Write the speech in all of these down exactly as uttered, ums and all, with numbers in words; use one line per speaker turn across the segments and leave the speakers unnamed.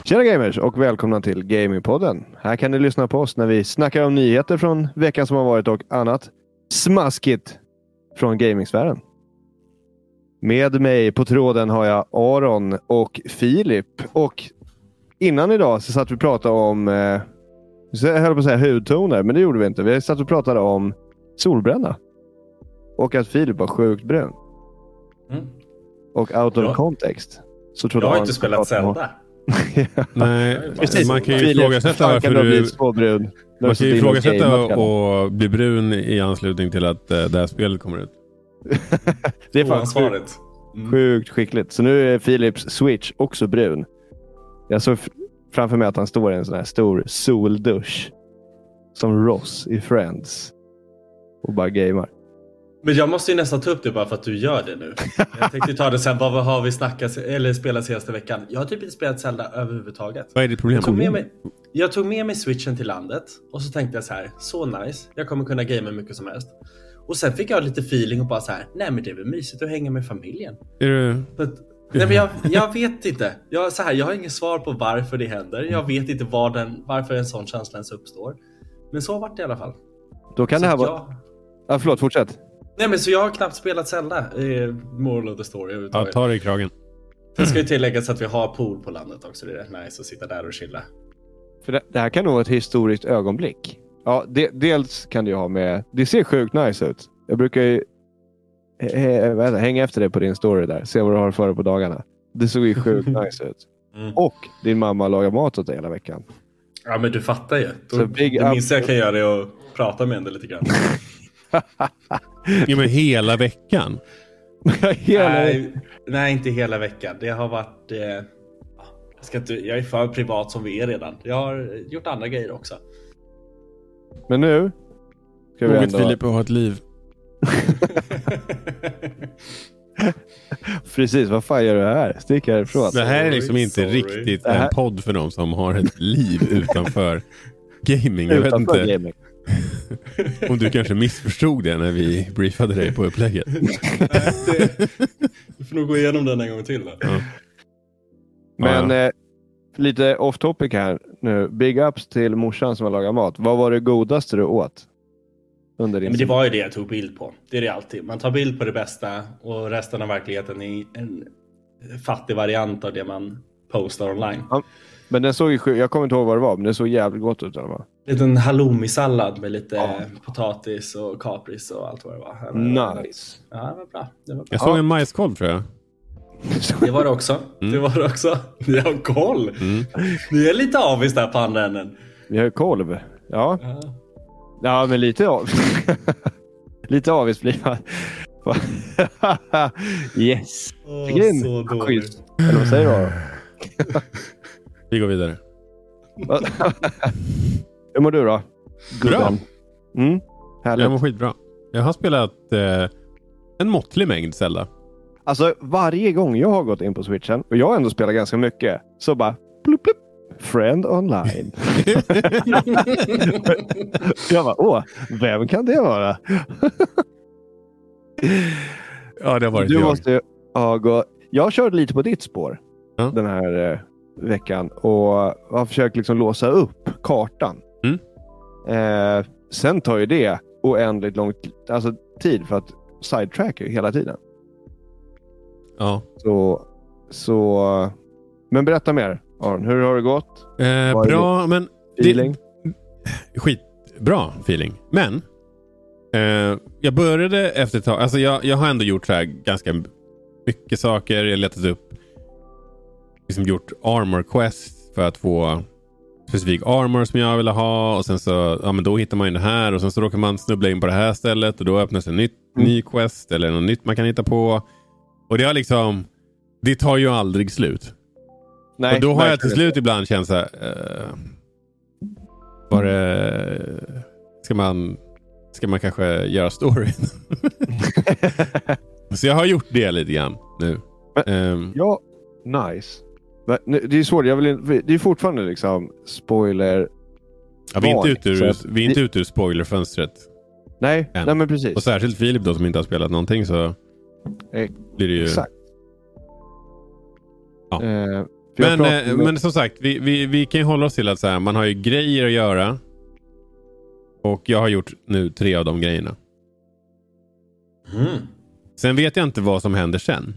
Tjena gamers och välkomna till Gamingpodden. Här kan ni lyssna på oss när vi snackar om nyheter från veckan som har varit och annat smaskigt från gamingsfären. Med mig på tråden har jag Aron och Filip. Och innan idag så satt vi och pratade om, eh, jag höll på att säga hudtoner, men det gjorde vi inte. Vi satt och pratade om solbränna. Och att Filip var sjukt brun. Mm. Och out of ja. context. Så
jag har inte spelat Zelda.
ja. Nej, precis. Man kan ju ifrågasätta varför du...
Brun.
Man kan ju ifrågasätta och bli brun i anslutning till att uh, det här spelet kommer ut.
Det är fan sjukt, mm. sjukt skickligt. Så nu är Philips Switch också brun. Jag såg f- framför mig att han står i en sån här stor soldusch. Som Ross i Friends. Och bara gamer.
Men jag måste ju nästan ta upp det bara för att du gör det nu. Jag tänkte ta det sen. Vad har vi snackat eller spelat senaste veckan? Jag har typ inte spelat Zelda överhuvudtaget.
Vad är ditt problem?
Jag tog med mig, jag tog med mig Switchen till landet. Och så tänkte jag så här. Så nice. Jag kommer kunna gamea mycket som helst. Och sen fick jag lite feeling och bara så här. Nej men det är väl mysigt att hänga med familjen.
Är du...
But, nej men jag, jag vet inte. Jag, så här, jag har ingen svar på varför det händer. Jag vet inte var den, varför en sån känsla ens uppstår. Men så var det i alla fall.
Då kan
så
det här vara...
Jag...
Ja, förlåt, fortsätt.
Nej men så jag har knappt spelat Zelda i moral of the story.
Ja, ta det i kragen.
Sen ska ju tilläggas att vi har pool på landet också. Det är rätt nice att sitta där och chilla.
För det, det här kan nog vara ett historiskt ögonblick. Ja, de, dels kan det ju ha med... Det ser sjukt nice ut. Jag brukar ju he, he, vad heter, hänga efter dig på din story där. Se vad du har för på dagarna. Det såg ju sjukt nice ut. Mm. Och din mamma lagar mat åt dig hela veckan.
Ja men du fattar ju. Då,
så big
det minsta jag kan göra är att prata med henne lite grann.
Ja, men hela veckan?
hela...
Nej, nej, inte hela veckan. Det har varit... Eh, jag, ska inte, jag är för privat som vi är redan. Jag har gjort andra grejer också.
Men nu...
Ska vi ändå... Filip har ett liv.
Precis, vad fan gör du här? Stick härifrån.
Det här är liksom inte sorry. riktigt en här... podd för dem som har ett liv utanför gaming. Jag
utanför
vet inte.
Gaming.
Om du kanske missförstod det när vi briefade dig på upplägget.
Du får nog gå igenom den en gång till då. Ja.
Men
ja, ja.
Eh, lite off topic här nu. Big ups till morsan som har lagat mat. Vad var det godaste du åt? Under din
ja, men det var ju det jag tog bild på. Det är det alltid. Man tar bild på det bästa och resten av verkligheten är en fattig variant av det man postar online. Ja.
Men den såg ju sjuk... Jag kommer inte ihåg vad det var, men det såg jävligt gott ut. Eller?
En liten halloumi-sallad med lite ja. potatis och kapris och allt vad det var.
Nice.
Ja, det var bra. Det var bra.
Jag såg en majskolv tror jag.
Det var det också. Mm. Det var det också. Ni har koll. Mm. Ni är lite avis där på andra änden.
Vi har kolv. Ja. Ja, ja men lite av. lite avis blir man. Yes.
Oh, så dåligt.
Eller vad säger du?
Vi går vidare.
Hur mår du då?
Bra.
Mm,
jag mår skitbra. Jag har spelat eh, en måttlig mängd Zelda.
Alltså varje gång jag har gått in på Switchen och jag har ändå spelat ganska mycket så bara plup, plup, friend online. Jag bara, åh, vem kan det vara?
Ja, det har varit
du
jag.
Måste, ja, gå, jag körde lite på ditt spår ja. den här eh, veckan och har försökt liksom låsa upp kartan.
Mm.
Eh, sen tar ju det oändligt lång alltså, tid för att sidetracka hela tiden.
Ja.
Så, så men berätta mer, Aron. Hur har det gått?
Eh, bra, men
feeling?
Det, skitbra feeling. Men eh, jag började efter ett tag, alltså jag, jag har ändå gjort så här ganska mycket saker. Jag har letat upp liksom gjort armor quest för att få specifik armor som jag ville ha och sen så, ja men då hittar man ju det här och sen så råkar man snubbla in på det här stället och då öppnas en nytt, mm. ny quest eller något nytt man kan hitta på och det har liksom det tar ju aldrig slut. Nej, och då har jag till slut det. ibland känt så här uh, var det ska man ska man kanske göra storyn? Så jag har gjort det lite grann nu.
Men, um, ja, nice. Det är svårt, jag vill, det är fortfarande liksom spoiler.
Ja, vi är inte ute ur, vi är inte ute ur spoilerfönstret.
Nej, nej men precis.
Och särskilt Filip då som inte har spelat någonting så
eh,
blir det ju...
Exakt.
Ja.
Eh,
Men, eh, men som sagt, vi, vi, vi kan ju hålla oss till att så här, man har ju grejer att göra. Och jag har gjort nu tre av de grejerna.
Mm.
Sen vet jag inte vad som händer sen.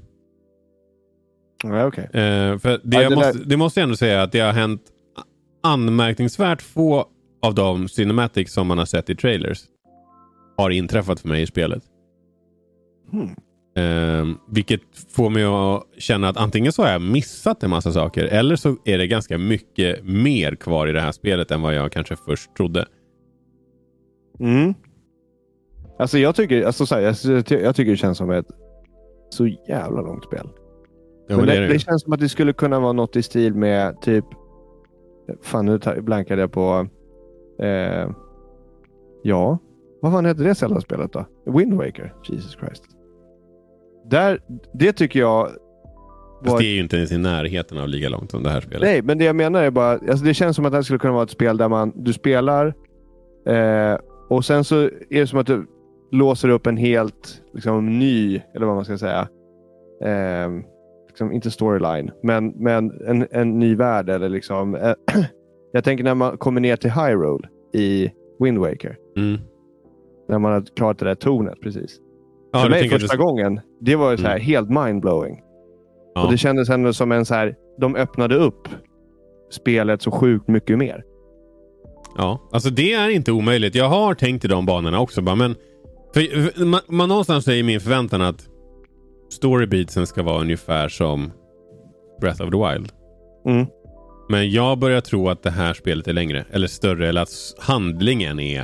Ja, okay.
eh, för det,
ja,
jag
det,
måste,
där...
det måste jag ändå säga att det har hänt anmärkningsvärt få av de cinematics som man har sett i trailers har inträffat för mig i spelet.
Hmm.
Eh, vilket får mig att känna att antingen så har jag missat en massa saker eller så är det ganska mycket mer kvar i det här spelet än vad jag kanske först trodde.
Mm. Alltså jag tycker alltså, så här, jag, jag tycker det känns som ett så jävla långt spel.
Ja,
men
men
det,
det, är det.
det känns som att det skulle kunna vara något i stil med typ fan nu blankade jag på eh, ja, vad fan heter det Zelda-spelet då? Wind Waker, Jesus Christ. Där, det tycker jag var...
Fast det är ju inte ens i närheten av lika långt som det här spelet.
Nej, men det jag menar är bara alltså det känns som att det här skulle kunna vara ett spel där man du spelar eh, och sen så är det som att du låser upp en helt liksom, ny, eller vad man ska säga eh, liksom, inte storyline men, men en, en ny värld eller liksom eh, jag tänker när man kommer ner till Hyrule i Wind Waker
mm.
när man har klarat det där tornet precis.
Ja,
för mig första
du...
gången det var ju så här
mm.
helt mindblowing.
Ja.
Och det kändes ändå som en så här de öppnade upp spelet så sjukt mycket mer.
Ja, alltså det är inte omöjligt. Jag har tänkt i de banorna också bara, men för, man, man någonstans säger i min förväntan att storybeatsen ska vara ungefär som Breath of the Wild.
Mm.
Men jag börjar tro att det här spelet är längre eller större eller att handlingen är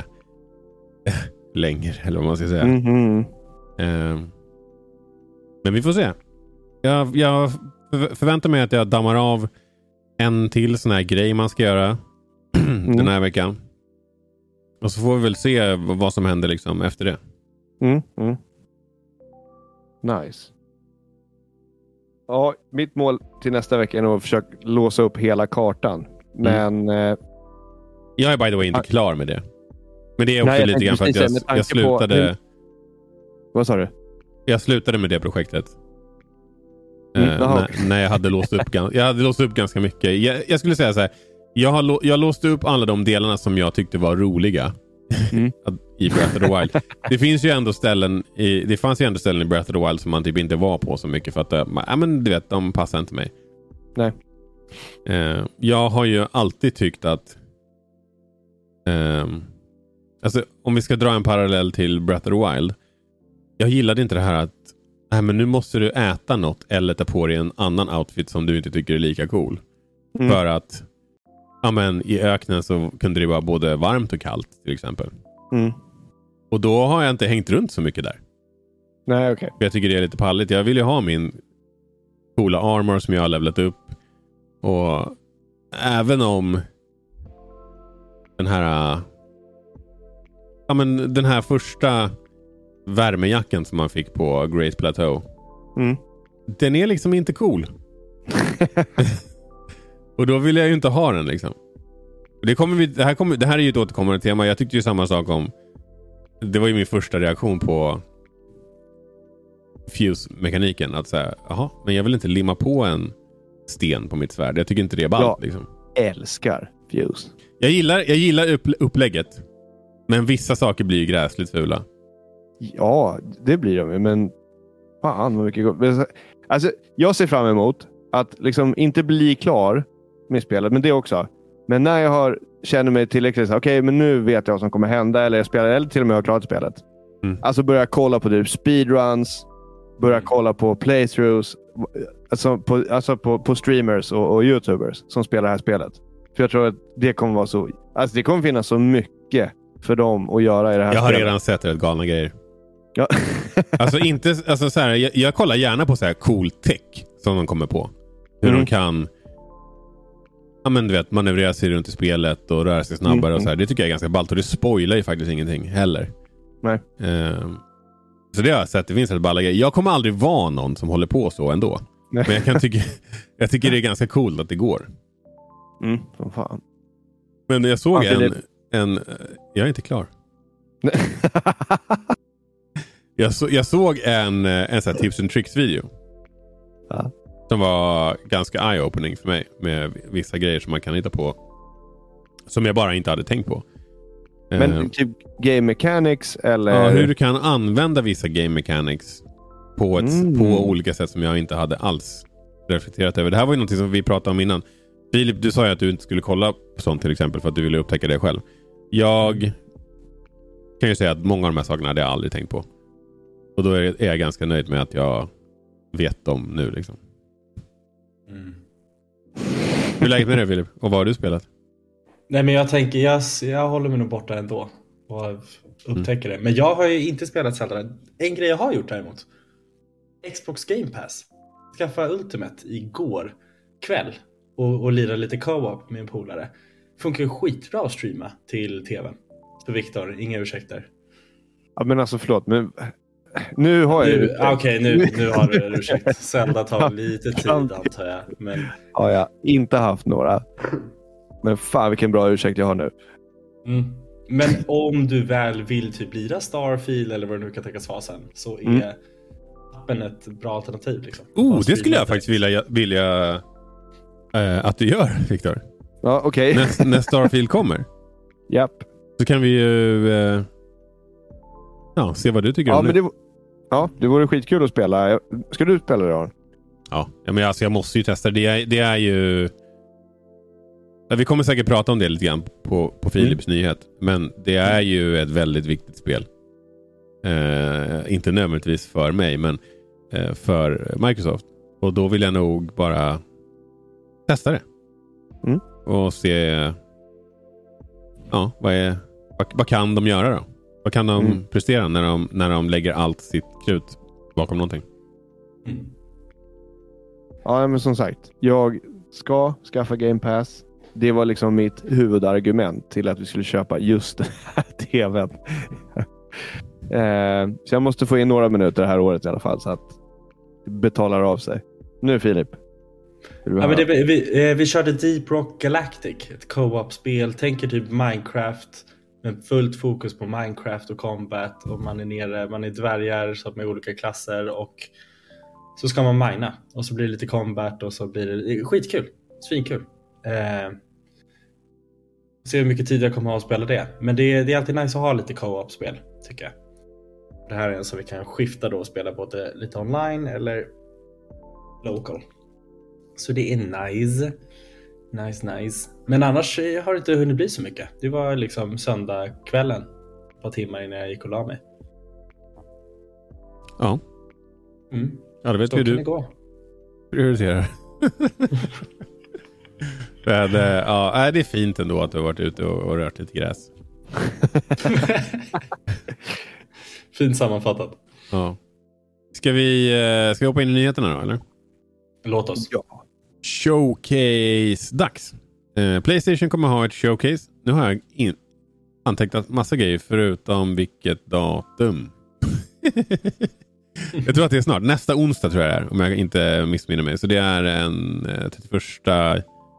längre eller vad man ska säga.
Mm-hmm.
Uh, men vi får se. Jag, jag förväntar mig att jag dammar av en till sån här grej man ska göra
mm.
den här veckan. Och så får vi väl se vad som händer liksom efter det.
Mm, mm. Nice. Ja, mitt mål till nästa vecka är nog att försöka låsa upp hela kartan. Men... Mm. Eh,
jag är by the way inte ah. klar med det. Men det är också
nej,
lite grann för att jag, jag slutade...
På... Vad sa du?
Jag slutade med det projektet.
Mm,
eh, när, när jag hade låst upp jag hade låst upp ganska mycket. Jag, jag skulle säga så här. Jag har lo- jag låste upp alla de delarna som jag tyckte var roliga. Mm. I Breath of the Wild. Det finns ju ändå ställen i, det fanns ju ändå ställen i Breath of the Wild som man typ inte var på så mycket för att ja, men du vet, de passar inte mig.
Nej.
Eh, jag har ju alltid tyckt att eh, alltså om vi ska dra en parallell till Breath of the Wild. Jag gillade inte det här att nej, men nu måste du äta något eller ta på dig en annan outfit som du inte tycker är lika cool. Mm. För att ja, men i öknen så kunde det vara både varmt och kallt till exempel.
Mm.
Och då har jag inte hängt runt så mycket där.
Nej, okej. Okay.
Jag tycker det är lite palligt. Jag vill ju ha min coola armor som jag har levlat upp. Och även om den här ja, men den här första värmejackan som man fick på Great Plateau. Mm. Den är liksom inte cool. Och då vill jag ju inte ha den liksom. Det, kommer vi, det, här kommer, det här är ju ett återkommande tema. Jag tyckte ju samma sak om... Det var ju min första reaktion på Fuse-mekaniken. Att säga, jaha, men jag vill inte limma på en sten på mitt svärd. Jag tycker inte det är ballt liksom.
Jag älskar Fuse.
Jag gillar, jag gillar upp, upplägget. Men vissa saker blir ju gräsligt fula.
Ja, det blir de ju. Men fan vad mycket gott. Alltså, jag ser fram emot att liksom inte bli klar med spelet, men det också. Men när jag har, känner mig tillräckligt okej, okay, men nu vet jag vad som kommer hända, eller jag spelar, eller till och med har klarat spelet. Mm. Alltså börja kolla på typ speedruns, börja kolla på playthroughs, alltså på, alltså på, på streamers och, och youtubers som spelar det här spelet. För jag tror att det kommer vara så, alltså det kommer finnas så mycket för dem att göra i det här
Jag har
spelet.
redan sett rätt galna grejer.
Ja.
Alltså inte, alltså så här, jag, jag kollar gärna på så här cool tech som de kommer på. Hur mm. de kan ja men du vet, manövrera sig runt i spelet och röra sig snabbare mm. och så här. Det tycker jag är ganska ballt och det spoilar ju faktiskt ingenting heller.
Nej.
Uh, så det har jag sett, det finns ett balla grejer. Jag kommer aldrig vara någon som håller på så ändå. Nej. Men jag kan tycka jag tycker det är ganska coolt att det går.
Mm, som fan.
Men jag såg en, det... en jag är inte klar. jag, så, jag såg en, en sån här tips and tricks video.
Ja.
Som var ganska eye-opening för mig. Med vissa grejer som man kan hitta på. Som jag bara inte hade tänkt på.
Men
uh,
typ game mechanics eller...
Ja, hur du kan använda vissa game mechanics på, ett,
Mm.
på olika sätt som jag inte hade alls reflekterat över. Det här var ju något som vi pratade om innan. Filip, du sa ju att du inte skulle kolla på sånt till exempel för att du ville upptäcka det själv. Jag kan ju säga att många av de här sakerna hade jag aldrig tänkt på. Och då är jag ganska nöjd med att jag vet dem nu liksom.
Mm.
Hur är läget med det, Filip? Och vad har du spelat?
Nej, men jag tänker, jag, jag håller mig nog borta ändå och upptäcker mm. det. Men jag har ju inte spelat Zelda. En grej jag har gjort däremot. Xbox Game Pass. Skaffa Ultimate igår kväll och, och lira lite co-op med en polare. Funkar ju skitbra att streama till tvn. Så Viktor, inga ursäkter.
Ja, men alltså förlåt, men nu har jag
nu, ah, Okej, okay, nu, nu har du en ursäkt. Zelda tar lite tid antar jag. Men...
Ja, jag har inte haft några. Men fan vilken bra ursäkt jag har nu.
Mm. Men om du väl vill typ lira Starfield eller vad du nu kan tänkas vara sen, så är mm. appen ett bra alternativ liksom.
Oh, det skulle jag faktiskt vilja, vilja äh, att du gör, Viktor.
Ja, okej. Okay.
När, när Starfield kommer.
Japp.
Så kan vi ju äh, ja, se vad du tycker
ja,
om
men
det.
det. Ja, det vore skitkul att spela. Ska du spela det då?
Ja, ja men alltså jag måste ju testa. Det är, det är ju... Vi kommer säkert prata om det lite grann på, på Philips mm. nyhet. Men det är ju ett väldigt viktigt spel. Eh, inte nödvändigtvis för mig, men eh, för Microsoft. Och då vill jag nog bara testa det.
Mm.
Och se ja, vad, är, vad, vad kan de göra då? Vad kan de mm. prestera när de, när de lägger allt sitt krut bakom någonting?
Mm.
Ja, men som sagt. Jag ska skaffa Game Pass. Det var liksom mitt huvudargument till att vi skulle köpa just den här tvn. eh, så jag måste få in några minuter det här året i alla fall så att det betalar av sig. Nu Filip.
Ja, men det, vi, vi körde Deep Rock Galactic, ett co-op-spel. Tänker typ Minecraft med fullt fokus på Minecraft och combat. Och man är nere, man är dvärgar så med olika klasser och så ska man mina. Och så blir det lite combat och så blir det skitkul. Svinkul. Eh, se hur mycket tid jag kommer att spela det. Men det är, det är alltid nice att ha lite co-op-spel, tycker jag. Det här är en som vi kan skifta då och spela både lite online eller local. Så det är nice. Nice, nice. Men annars har det inte hunnit bli så mycket. Det var liksom söndagskvällen. Ett par timmar innan jag gick och la mig.
Ja.
Mm.
Ja, det vet
då
hur
kan
du
det gå.
prioriterar. Men, äh, ja, det är fint ändå att du har varit ute och, och rört lite gräs.
Fint sammanfattat.
Ja. Ska vi, ska vi hoppa in i nyheterna då, eller?
Låt oss.
Ja.
Showcase-dags. Eh, PlayStation kommer ha ett showcase. Nu har jag in- antecknat massa grejer förutom vilket datum. Jag tror att det är snart. Nästa onsdag tror jag det är, om jag inte missminner mig. Så det är en eh, trettioförsta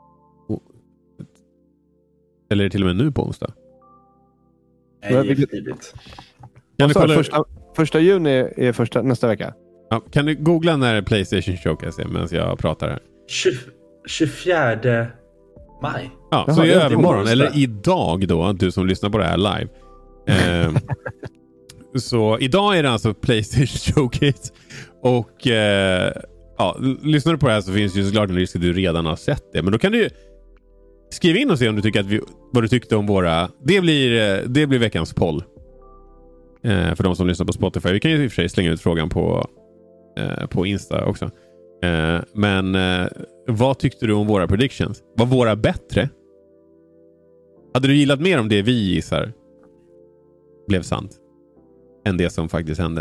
eller är det till och med nu på onsdag?
Nej, det är tidigt.
Kan du kolla...
första, första juni är första, nästa vecka.
Ja, kan du googla när PlayStation Showcase är medan jag pratar här?
tjugofjärde maj.
Ja, Jaha, så i övermorgon, eller idag då, du som lyssnar på det här live. Eh, så idag är det alltså PlayStation Showcase. Och eh, ja, lyssnar du på det här så finns det ju såklart en risk att du redan har sett det. Men då kan du ju skriva in och se om du tycker att vi, vad du tyckte om våra... Det blir, det blir veckans poll. Eh, för de som lyssnar på Spotify. Vi kan ju i och för sig slänga ut frågan på, eh, på Insta också. Eh, men eh, vad tyckte du om våra predictions? Var våra bättre? Hade du gillat mer om det vi gissar blev sant än det som faktiskt hände?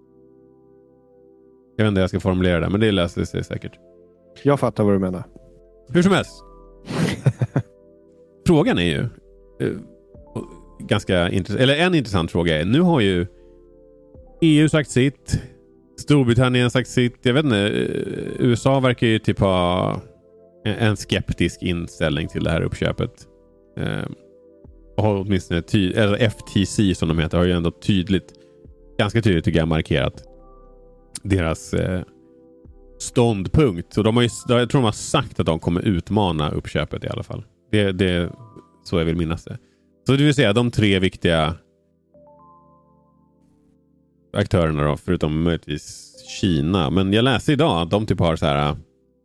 Jag vet inte hur jag ska formulera det, men det löser sig säkert.
Jag fattar vad du menar.
Hur som helst. Frågan är ju eh, ganska intressant, eller en intressant fråga är, nu har ju E U sagt sitt, Storbritannien sagt sitt, jag vet inte, U S A verkar ju typ ha en skeptisk inställning till det här uppköpet. Eh, har åtminstone ty- eller F T C som de heter har ju ändå tydligt, ganska tydligt tycker jag, markerat deras eh, ståndpunkt. Så de har ju, jag tror de har sagt att de kommer utmana uppköpet i alla fall. Det, det så jag vill minnas det. Så det vill säga de tre viktiga aktörerna då, förutom möjligtvis Kina. Men jag läste idag att de typ har så här.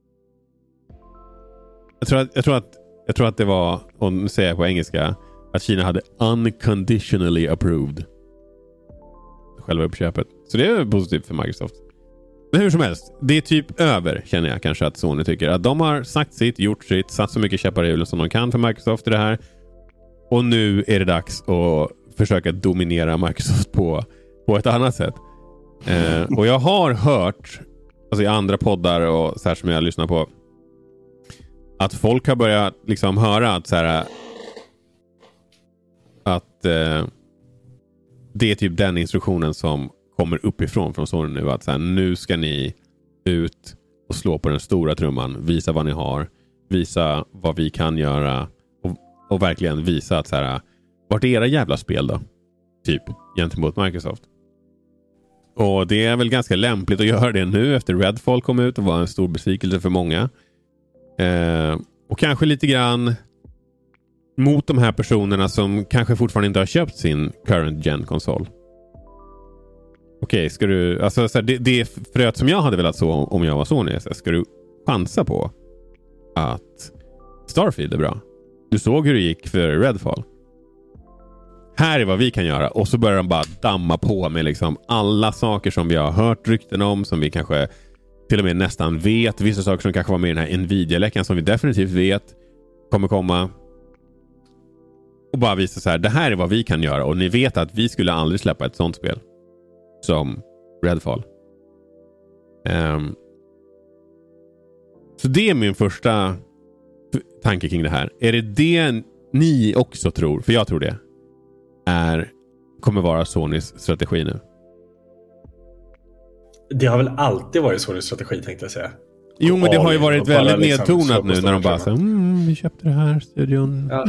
Jag tror att, jag tror att, jag tror att det var, och nu säger jag på engelska, att Kina hade unconditionally approved själva uppköpet. Så det är positivt för Microsoft. Men hur som helst, det är typ över, känner jag kanske att Sony tycker. Att de har sagt sitt, gjort sitt, satt så mycket käppar i hjulen som de kan för Microsoft i det här. Och nu är det dags att försöka dominera Microsoft på, på ett annat sätt. Eh, och jag har hört, alltså i andra poddar och så här som jag lyssnar på, att folk har börjat liksom höra att så här, att eh, det är typ den instruktionen som kommer uppifrån från Sony nu, att så här, nu ska ni ut och slå på den stora trumman, visa vad ni har, visa vad vi kan göra och, och verkligen visa att så här, vart är era jävla spel då? Typ gentemot Microsoft. Och det är väl ganska lämpligt att göra det nu efter Redfall kom ut och var en stor besvikelse för många. Eh, och kanske lite grann mot de här personerna som kanske fortfarande inte har köpt sin current gen konsol. Okej, okay, ska du alltså så här, det, det fröet som jag hade velat så om jag var Sony, så här, ska du chansa på att Starfield är bra? Du såg hur det gick för Redfall. Här är vad vi kan göra, och så börjar de bara damma på med liksom alla saker som vi har hört rykten om, som vi kanske till och med nästan vet, vissa saker som kanske var med i den här Nvidia-läckan som vi definitivt vet kommer komma, och bara visa så här, det här är vad vi kan göra, och ni vet att vi skulle aldrig släppa ett sånt spel som Redfall. Um, så det är min första tanke kring det här. Är det det ni också tror, för jag tror det är, kommer vara Sonys strategi nu?
Det har väl alltid varit Sonys strategi, tänkte jag säga.
Jo, men det har ju varit väldigt liksom nedtonat nu när de bara säger mm, vi köpte det här studion. Ja.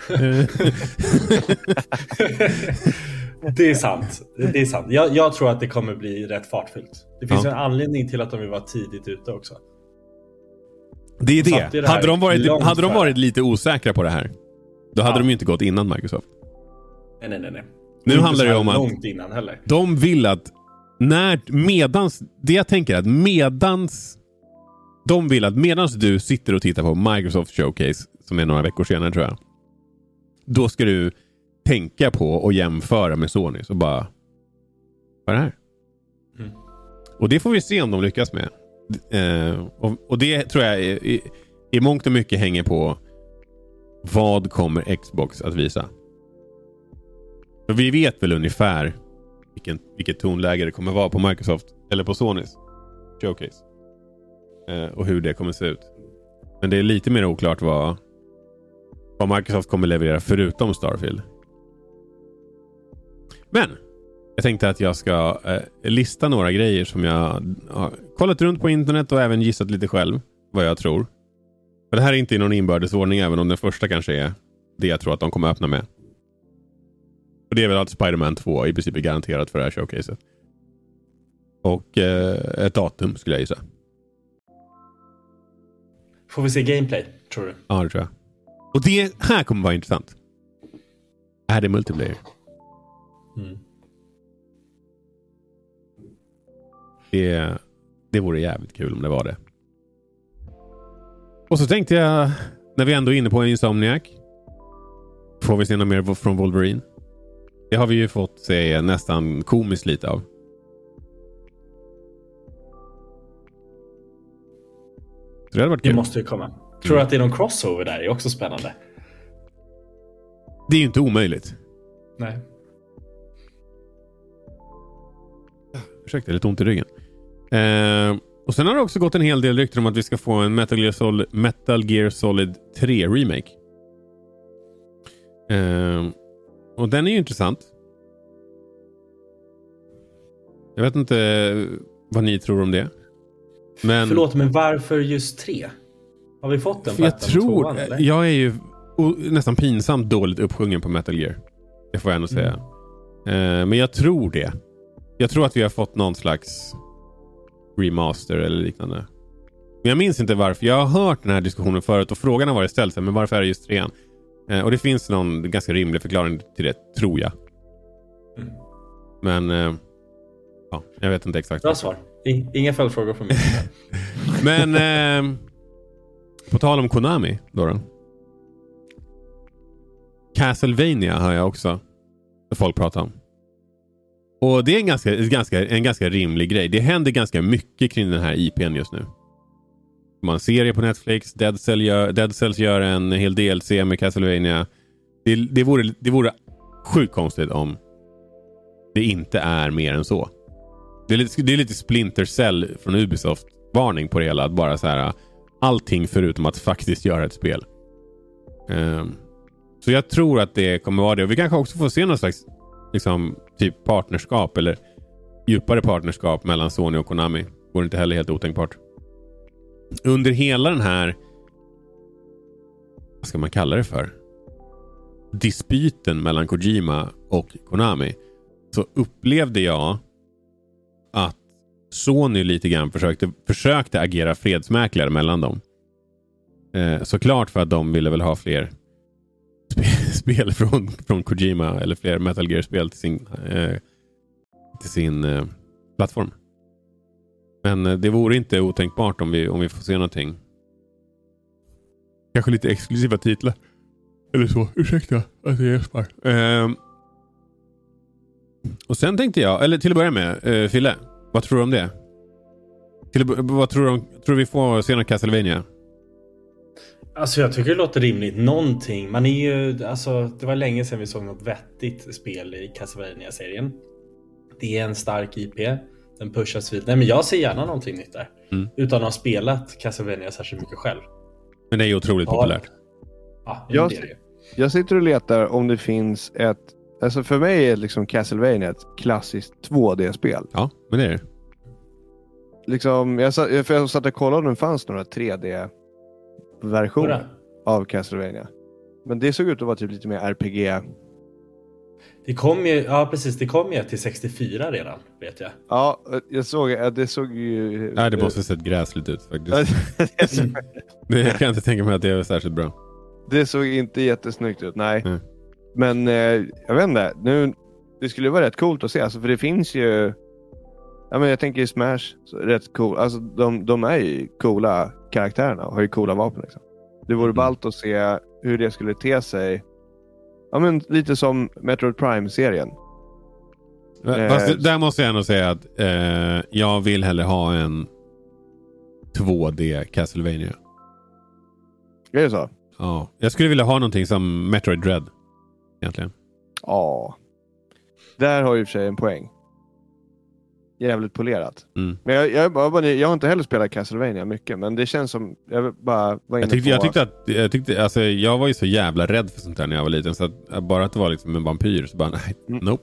Det är sant. Det är sant. Jag, jag tror att det kommer bli rätt fartfyllt. Det finns ja. en anledning till att de vill vara tidigt ute också.
Det är det. det hade de, varit, hade de varit lite osäkra på det här, då hade ja. de ju inte gått innan Microsoft.
Nej, nej, nej. nej.
Nu handlar det om att
långt innan heller.
De vill att när medans, det jag tänker att medans de vill att medans du sitter och tittar på Microsoft Showcase, som är några veckor senare tror jag, då ska du tänka på och jämföra med Sony, så bara vad är det här? Mm. Och det får vi se om de lyckas med. Eh, och, och det tror jag i, i, i mångt och mycket hänger på vad kommer Xbox att visa. För vi vet väl ungefär vilken, vilket tonläge det kommer vara på Microsoft eller på Sonys Showcase. Eh, och hur det kommer se ut. Men det är lite mer oklart vad, vad Microsoft kommer leverera förutom Starfield. Men jag tänkte att jag ska eh, lista några grejer som jag har kollat runt på internet och även gissat lite själv vad jag tror. För det här är inte i någon inbördesordning, även om den första kanske är det jag tror att de kommer öppna med. Och det är väl att Spider-Man två i princip är garanterat för det här showcaset. Och eh, ett datum skulle jag gissa.
Får vi se gameplay, tror du?
Ja, det tror jag. Och det här kommer vara intressant. Är det multiplayer? Mm. Det, det vore jävligt kul om det var det. Och så tänkte jag, när vi ändå är inne på Insomniac, får vi se något mer från Wolverine? Det har vi ju fått se nästan komiskt lite av. Så det hade varit kul.
Det måste ju komma. Tror du mm. att det är någon crossover där? Det är också spännande.
Det är ju inte omöjligt.
Nej.
Ursäkta, lite ont i ryggen. Eh, och sen har det också gått en hel del rykten om att vi ska få en Metal Gear Solid, Metal Gear Solid tre remake. Eh, och den är ju intressant. Jag vet inte vad ni tror om det. Men
förlåt, men varför just tre? Har vi fått den?
För jag tror, tvåan, eller? Jag är ju o, nästan pinsamt dåligt uppsjungen på Metal Gear. Det får jag ändå säga. Mm. Eh, men jag tror det. Jag tror att vi har fått någon slags remaster eller liknande. Men jag minns inte varför. Jag har hört den här diskussionen förut och frågan har varit ställd sig, men varför är det just trean? Eh, och det finns någon ganska rimlig förklaring till det, tror jag. Mm. Men eh, ja, jag vet inte exakt.
Bra svar. I, inga följdfrågor från mig.
Men eh, på tal om Konami då, då. Castlevania har jag också folk pratar om. Och det är en ganska, ganska, en ganska rimlig grej. Det händer ganska mycket kring den här I P:n just nu. Man har en serie på Netflix. Dead, Cell gör, Dead Cells gör en hel D L C med Castlevania. Det, det, vore, det vore sjukt konstigt om det inte är mer än så. Det är lite, det är lite Splinter Cell från Ubisoft. Varning på det hela. Att bara så här, allting förutom att faktiskt göra ett spel. Um, så jag tror att det kommer vara det. Och vi kanske också får se någon slags liksom, typ partnerskap eller djupare partnerskap mellan Sony och Konami. Vore inte heller helt otänkbart. Under hela den här, vad ska man kalla det för, dispyten mellan Kojima och Konami, så upplevde jag att Sony lite grann försökte, försökte agera fredsmäklare mellan dem. Eh, såklart för att de ville väl ha fler sp- spel från, från Kojima eller fler Metal Gear-spel till sin, eh, till sin eh, plattform. Men eh, det vore inte otänkbart om vi, om vi får se någonting. Kanske lite exklusiva titlar. Eller så, ursäkta att jag gäspar. Eh, och sen tänkte jag, eller till att börja med, eh, Fille, vad tror du om det? Till, vad tror du om, tror du vi får se någon Castlevania?
Alltså jag tycker det låter rimligt. Någonting. Man är ju, alltså, det var länge sedan vi såg något vettigt spel i Castlevania-serien. Det är en stark I P. Den pushas vid. Nej, men jag ser gärna någonting nytt där. Mm. Utan att ha spelat Castlevania särskilt mycket själv.
Men det är ju otroligt ja. populärt.
Ja,
jag,
det är det.
jag sitter och letar om det finns ett... Alltså för mig är liksom Castlevania ett klassiskt två D-spel.
Ja, men det är det.
Liksom, jag satt, för jag satt och kollade om det fanns några tre D-versioner av Castlevania. Men det såg ut att vara typ lite mer R P G.
Det kom ju, ja precis, det kom ju till sextiofyra redan, vet jag.
Ja, jag såg att det såg ju...
Nej, det måste sett gräsligt ut faktiskt. det, jag kan inte tänka mig att det är särskilt bra.
Det såg inte jättesnyggt ut, nej.
Mm.
Men eh, jag vet inte, nu, det skulle vara rätt coolt att se, alltså, för det finns ju... Ja, men jag tänker i Smash, så rätt cool. Alltså de, de är ju coola karaktärerna och har ju coola vapen liksom. Det vore mm. ballt att se hur det skulle te sig. Ja, men lite som Metroid Prime-serien.
Fast eh, där måste jag ändå säga att eh, jag vill hellre ha en två D Castlevania.
Är det så?
Ja, jag skulle vilja ha någonting som Metroid Dread egentligen.
Ja. Där har ju i och för sig en poäng. Jävligt polerat.
Mm.
Men jag, jag, jag, jag har inte heller spelat Castlevania mycket, men det känns som jag bara var inne
jag tyckte,
på...
Jag tyckte att jag, tyckte, alltså, jag var ju så jävla rädd för sånt där när jag var liten, så att bara att det var liksom en vampyr så bara nej, mm. nope.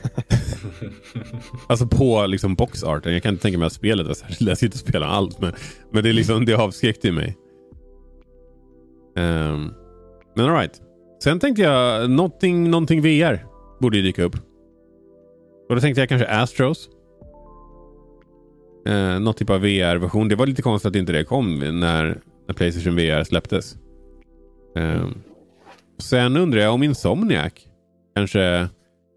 Alltså på liksom boxarten, jag kan inte tänka mig att spelet var särskilt läskigt att spela allt, men, men det är liksom, det avskräckte mig. Um, men all right. Sen tänkte jag någonting, någonting V R borde ju dyka upp. Och då tänkte jag kanske Astros. Uh, någon typ av V R-version. Det var lite konstigt att inte det kom när, när PlayStation V R släpptes. Um, sen undrar jag om Insomniac kanske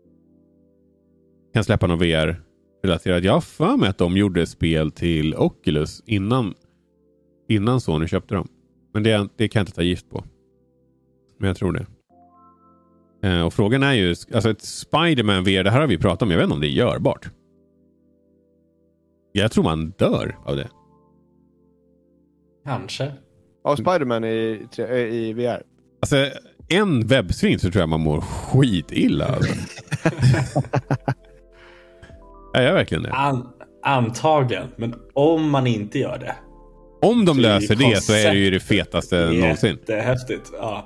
kan släppa någon V R-relaterat. Jag har för mig att de gjorde spel till Oculus innan, innan Sony köpte dem. Men det, det kan jag inte ta gift på. Men jag tror det. Uh, och frågan är ju, alltså ett Spider-Man V R, det här har vi pratat om, jag vet inte om det är görbart. Jag tror man dör av det.
Kanske.
Ja, Spider-Man i, i V R.
Alltså, en webbsving så tror jag man mår skitilla. Alltså. Ja, jag verkligen det.
An- antagligen, men om man inte gör det.
Om de löser det så är det ju det fetaste någonsin.
Det är häftigt, ja.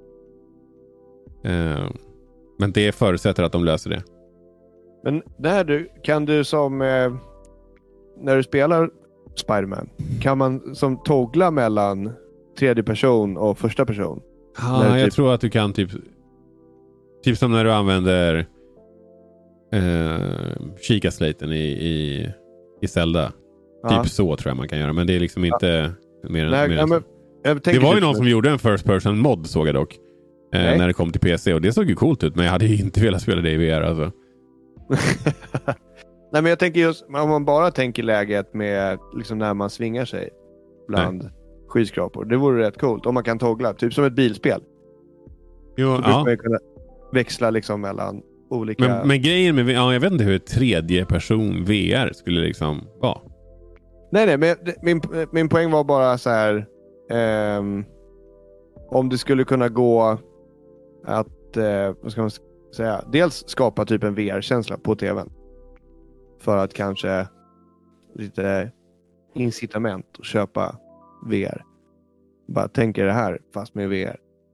Uh, men det förutsätter att de löser det.
Men där du, kan du som... Eh, när du spelar Spider-Man, kan man som toggla mellan tredje person och första person?
Ja, ah, jag typ... tror att du kan typ typ som när du använder eh, kikaslaten i, i, i Zelda. Ja. Typ så tror jag man kan göra. Men det är liksom inte ja. mer än,
Nej,
mer
ja,
än
men,
det var ju någon som gjorde en first person mod, såg jag dock. Eh, när det kom till P C. Och det såg ju coolt ut. Men jag hade ju inte velat spela det i V R alltså.
Nej, men jag tänker just om man bara tänker läget med liksom när man svingar sig bland Nej. skyskrapor. Det vore rätt coolt om man kan toggla. Typ som ett bilspel.
Jo,
så ja. man kunna växla liksom mellan olika...
Men, men grejen med... Ja, jag vet inte hur tredje person V R skulle liksom vara.
Nej, nej. Men min, min poäng var bara så här... Um, om det skulle kunna gå att... Uh, vad ska man säga? Dels skapa typ en V R-känsla på tvn. För att kanske lite incitament att köpa V R. Bara tänker det här fast med V R.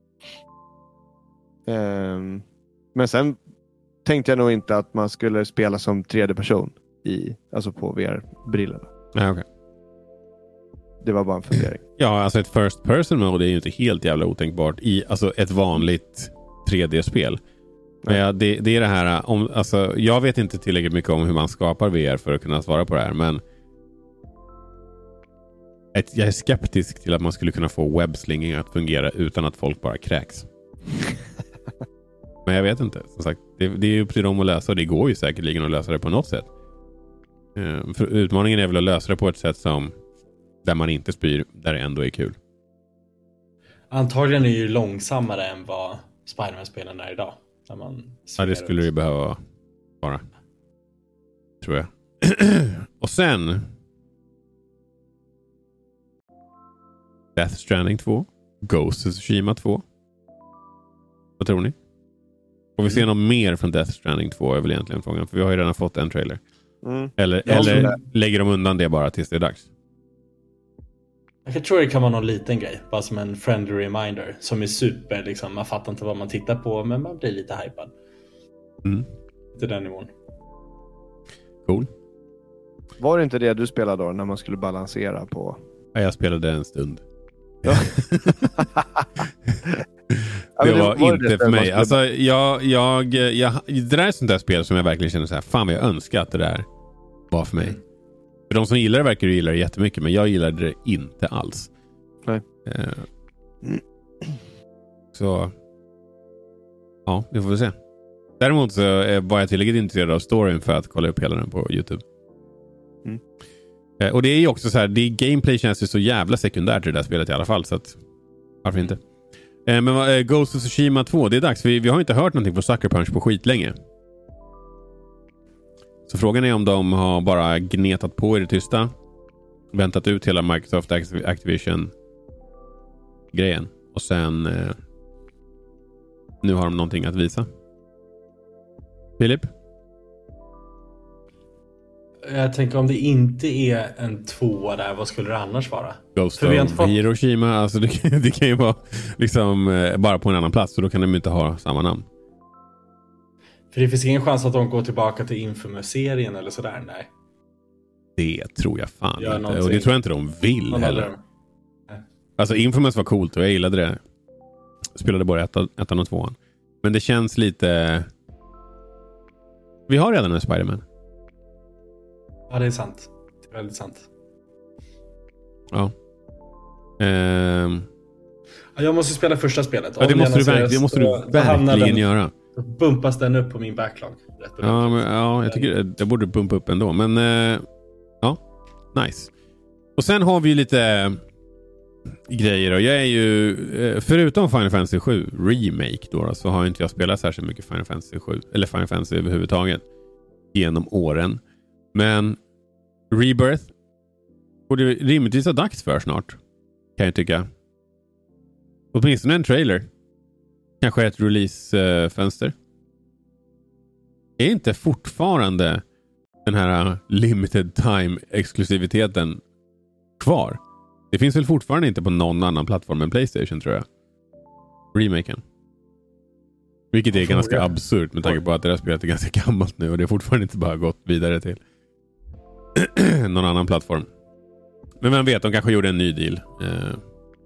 Um, men sen tänkte jag nog inte att man skulle spela som tredje person i, alltså på V R-brillorna.
Nej, okej. Okay.
Det var bara en fundering.
Ja, alltså ett first person mode är ju inte helt jävla otänkbart i alltså ett vanligt tre D-spel. Men ja, det, det är det här om, alltså, jag vet inte tillräckligt mycket om hur man skapar V R för att kunna svara på det här, men ett, jag är skeptisk till att man skulle kunna få webbslinging att fungera utan att folk bara kräks. Men jag vet inte. Som sagt, det, det är ju upp till dem att lösa. Det går ju säkerligen att lösa det på något sätt. Uh, för utmaningen är väl att lösa det på ett sätt som där man inte spyr, där det ändå är kul.
Antagligen är det ju långsammare än vad Spider-Man-spelen är idag. När man
ja, det skulle det ju behöva vara. Tror jag. Och sen Death Stranding två, Ghost of Tsushima två. Vad tror ni? Får vi se mm. något mer från Death Stranding två är väl egentligen frågan. För vi har ju redan fått en trailer. Mm. Eller, eller lägger de undan det bara tills det är dags?
Jag tror det kan vara någon liten grej. Bara som en friendly reminder. Som är super, liksom. Man fattar inte vad man tittar på. Men man blir lite hypad.
Mm.
Till den nivån.
Cool.
Var det inte det du spelade då? När man skulle balansera på...
Ja, jag spelade en stund.
Ja.
Det var, var inte det för mig. Skulle... Alltså, jag, jag, jag, det där är sånt där spel som jag verkligen känner så här, fan vad jag önskar att det där var för mig. Mm. För de som gillar det verkar ju gilla det jättemycket, men jag gillade det inte alls.
Nej.
Uh, så ja, det får vi se. Däremot så var jag tillräckligt intresserad av storyn för att kolla upp hela den på YouTube. Mm. Uh, och det är ju också så här, det gameplay känns ju så jävla sekundärt i det där spelet i alla fall, så att varför inte? Uh, men uh, Ghost of Tsushima två, det är dags. Vi, vi har inte hört någonting från Sucker Punch på skitlänge. Så frågan är om de har bara gnetat på i det tysta. Väntat ut hela Microsoft Activision-grejen. Och sen... Eh, nu har de någonting att visa. Filip?
Jag tänker om det inte är en tvåa där, vad skulle det annars vara?
Ghost of fått... Hiroshima. Alltså det, det kan ju vara liksom, eh, bara på en annan plats. Så då kan de inte ha samma namn.
För det finns ingen chans att de går tillbaka till Infamous-serien eller sådär, nej.
Det tror jag fan
Gör
inte.
Någonting.
Och det tror jag inte de vill Någon heller. Alltså Infamous var coolt och jag gillade det. Jag spelade bara ettan, ettan och tvåan. Men det känns lite... Vi har redan en Spider-Man.
Ja, det är sant. Det är väldigt sant.
Ja. Ehm...
Ja, jag måste spela första spelet.
Ja, det måste du, verk- det måste du verkligen den, göra.
Då bumpas den upp på min backlog.
Ja, men, ja, jag tycker jag borde bumpa upp ändå. Men eh, ja, nice. Och sen har vi ju lite äh, grejer. Och jag är ju, äh, förutom Final Fantasy sju Remake då, då, så har inte jag spelat särskilt mycket Final Fantasy sju. Eller Final Fantasy överhuvudtaget. Genom åren. Men Rebirth borde rimligtvis ha dags för snart. Kan jag tycka. Åtminstone en trailer. Kanske ett release-fönster. Är inte fortfarande den här limited time-exklusiviteten kvar? Det finns väl fortfarande inte på någon annan plattform än PlayStation, tror jag. Remaken. Vilket är ganska absurt med tanke på att det här spelet är ganska gammalt nu och det är fortfarande inte bara gått vidare till någon annan plattform. Men vem vet, de kanske gjorde en ny deal. Eh,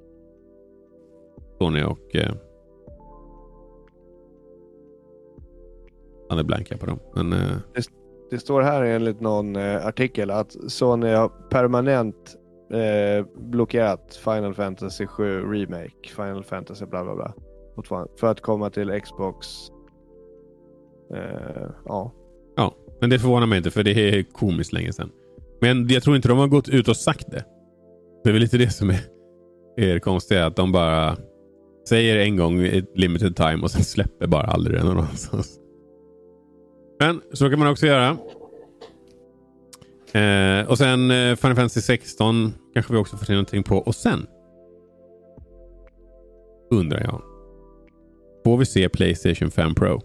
Sony och eh, han är blanka på dem. Men, eh,
det, det står här enligt någon eh, artikel att Sony har permanent eh, blockerat Final Fantasy sju Remake, Final Fantasy bla bla bla, för att komma till Xbox. Eh, ja.
Ja, men det förvånar mig inte för det är komiskt länge sedan. Men jag tror inte de har gått ut och sagt det. Det är väl lite det som är, är konstiga, att de bara säger en gång ett limited time och sen släpper bara aldrig någon annanstans. Men så kan man också göra. Eh, och sen eh, Final Fantasy sexton kanske vi också får se någonting på. Och sen undrar jag, får vi se PlayStation fem Pro?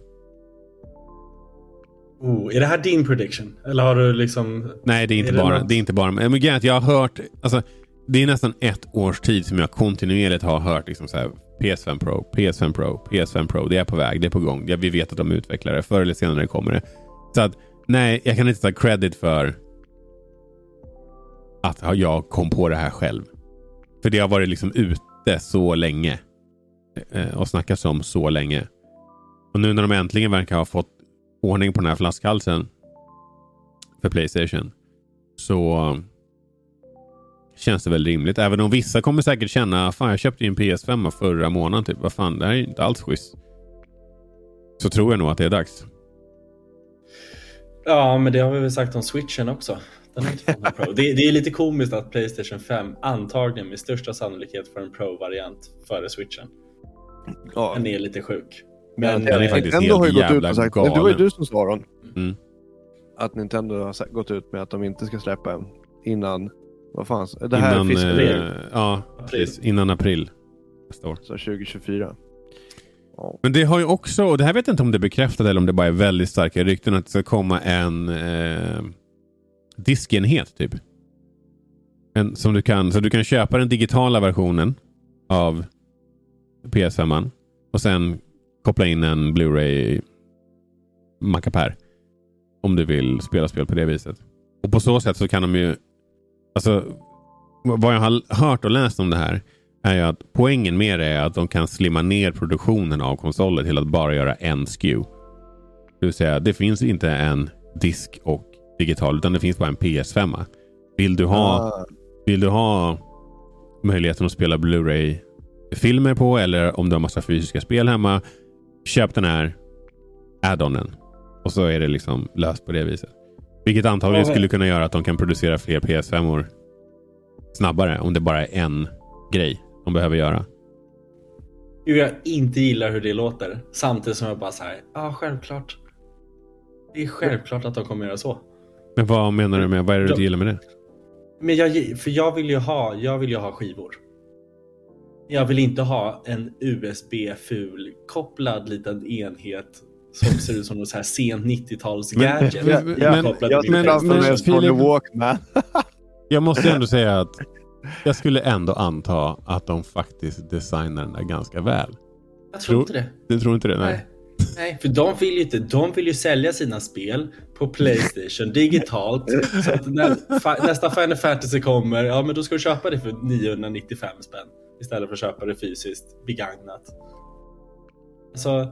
Oh, är det här din prediction? Eller har du liksom...
Nej, det är inte är bara. Det, det är inte bara. Men jag har hört... Alltså, det är nästan ett års tid som jag kontinuerligt har hört liksom så här, P S fem Pro, P S fem Pro, P S fem Pro. Det är på väg, det är på gång. Ja, vi vet att de utvecklar det. Förr eller senare kommer det. Så att, nej, jag kan inte ta credit för att jag kom på det här själv. För det har varit liksom ute så länge. Eh, och snackas om så länge. Och nu när de äntligen verkar ha fått ordning på den här flaskhalsen för PlayStation, så känns det väl rimligt. Även om vissa kommer säkert känna, fan jag köpte ju en P S fem förra månaden typ, vad fan, det här är inte alls schysst. Så tror jag nog att det är dags.
Ja, men det har vi väl sagt om Switchen också. Den är inte fan Pro. Det, det är lite komiskt att PlayStation fem antagligen med största sannolikhet får en Pro-variant före Switchen.
Ja.
Den är lite sjuk.
Men,
men
eh, Nintendo har ju gått ut och sagt, det var ju du som sa, Ron,
mm.
att Nintendo har gått ut med att de inte ska släppa en innan, vad fan, det här
innan,
är
eh, ja, precis, innan april nästa år.
Så tjugo tjugofyra.
Ja. Men det har ju också, och det här vet jag inte om det är bekräftat eller om det bara är väldigt starka rykten, att det ska komma en eh, diskenhet typ. En, som du kan, så du kan köpa den digitala versionen av P S fem och sen koppla in en Blu-ray mackapär om du vill spela spel på det viset. Och på så sätt så kan de ju, alltså vad jag har hört och läst om det här är ju att poängen med det är att de kan slimma ner produktionen av konsoler till att bara göra en S K U. Det vill säga, det finns inte en disk och digital, utan det finns bara en P S fem. Vill du ha ah. vill du ha möjligheten att spela Blu-ray filmer på, eller om du har massa fysiska spel hemma, köp den här add-onen och så är det liksom löst på det viset. Vilket antagligen skulle kunna göra att de kan producera fler P S fem-or snabbare om det bara är en grej de behöver göra.
Jag inte gillar hur det låter, samtidigt som jag bara så här, ja, självklart. Det är självklart att de kommer göra så.
Men vad menar du med, vad är det du
de,
gillar med det?
Men jag, för jag vill ju ha, jag vill ju ha skivor. Jag vill inte ha en U S B-ful kopplad liten enhet som ser ut som någon så här sen nittio-tals gadget.
Men, men, ja, men, jag men, men, men Philip, Walkman.
Jag måste ändå säga att jag skulle ändå anta att de faktiskt designar den där ganska väl.
Jag tror, tror inte det.
Du tror inte det? Nej.
Nej. Nej, för de vill ju inte, de vill ju sälja sina spel på PlayStation digitalt, så att när fa, nästa Final Fantasy kommer, ja men då ska du köpa det för niohundranittiofem spänn istället för att köpa det fysiskt begagnat. Alltså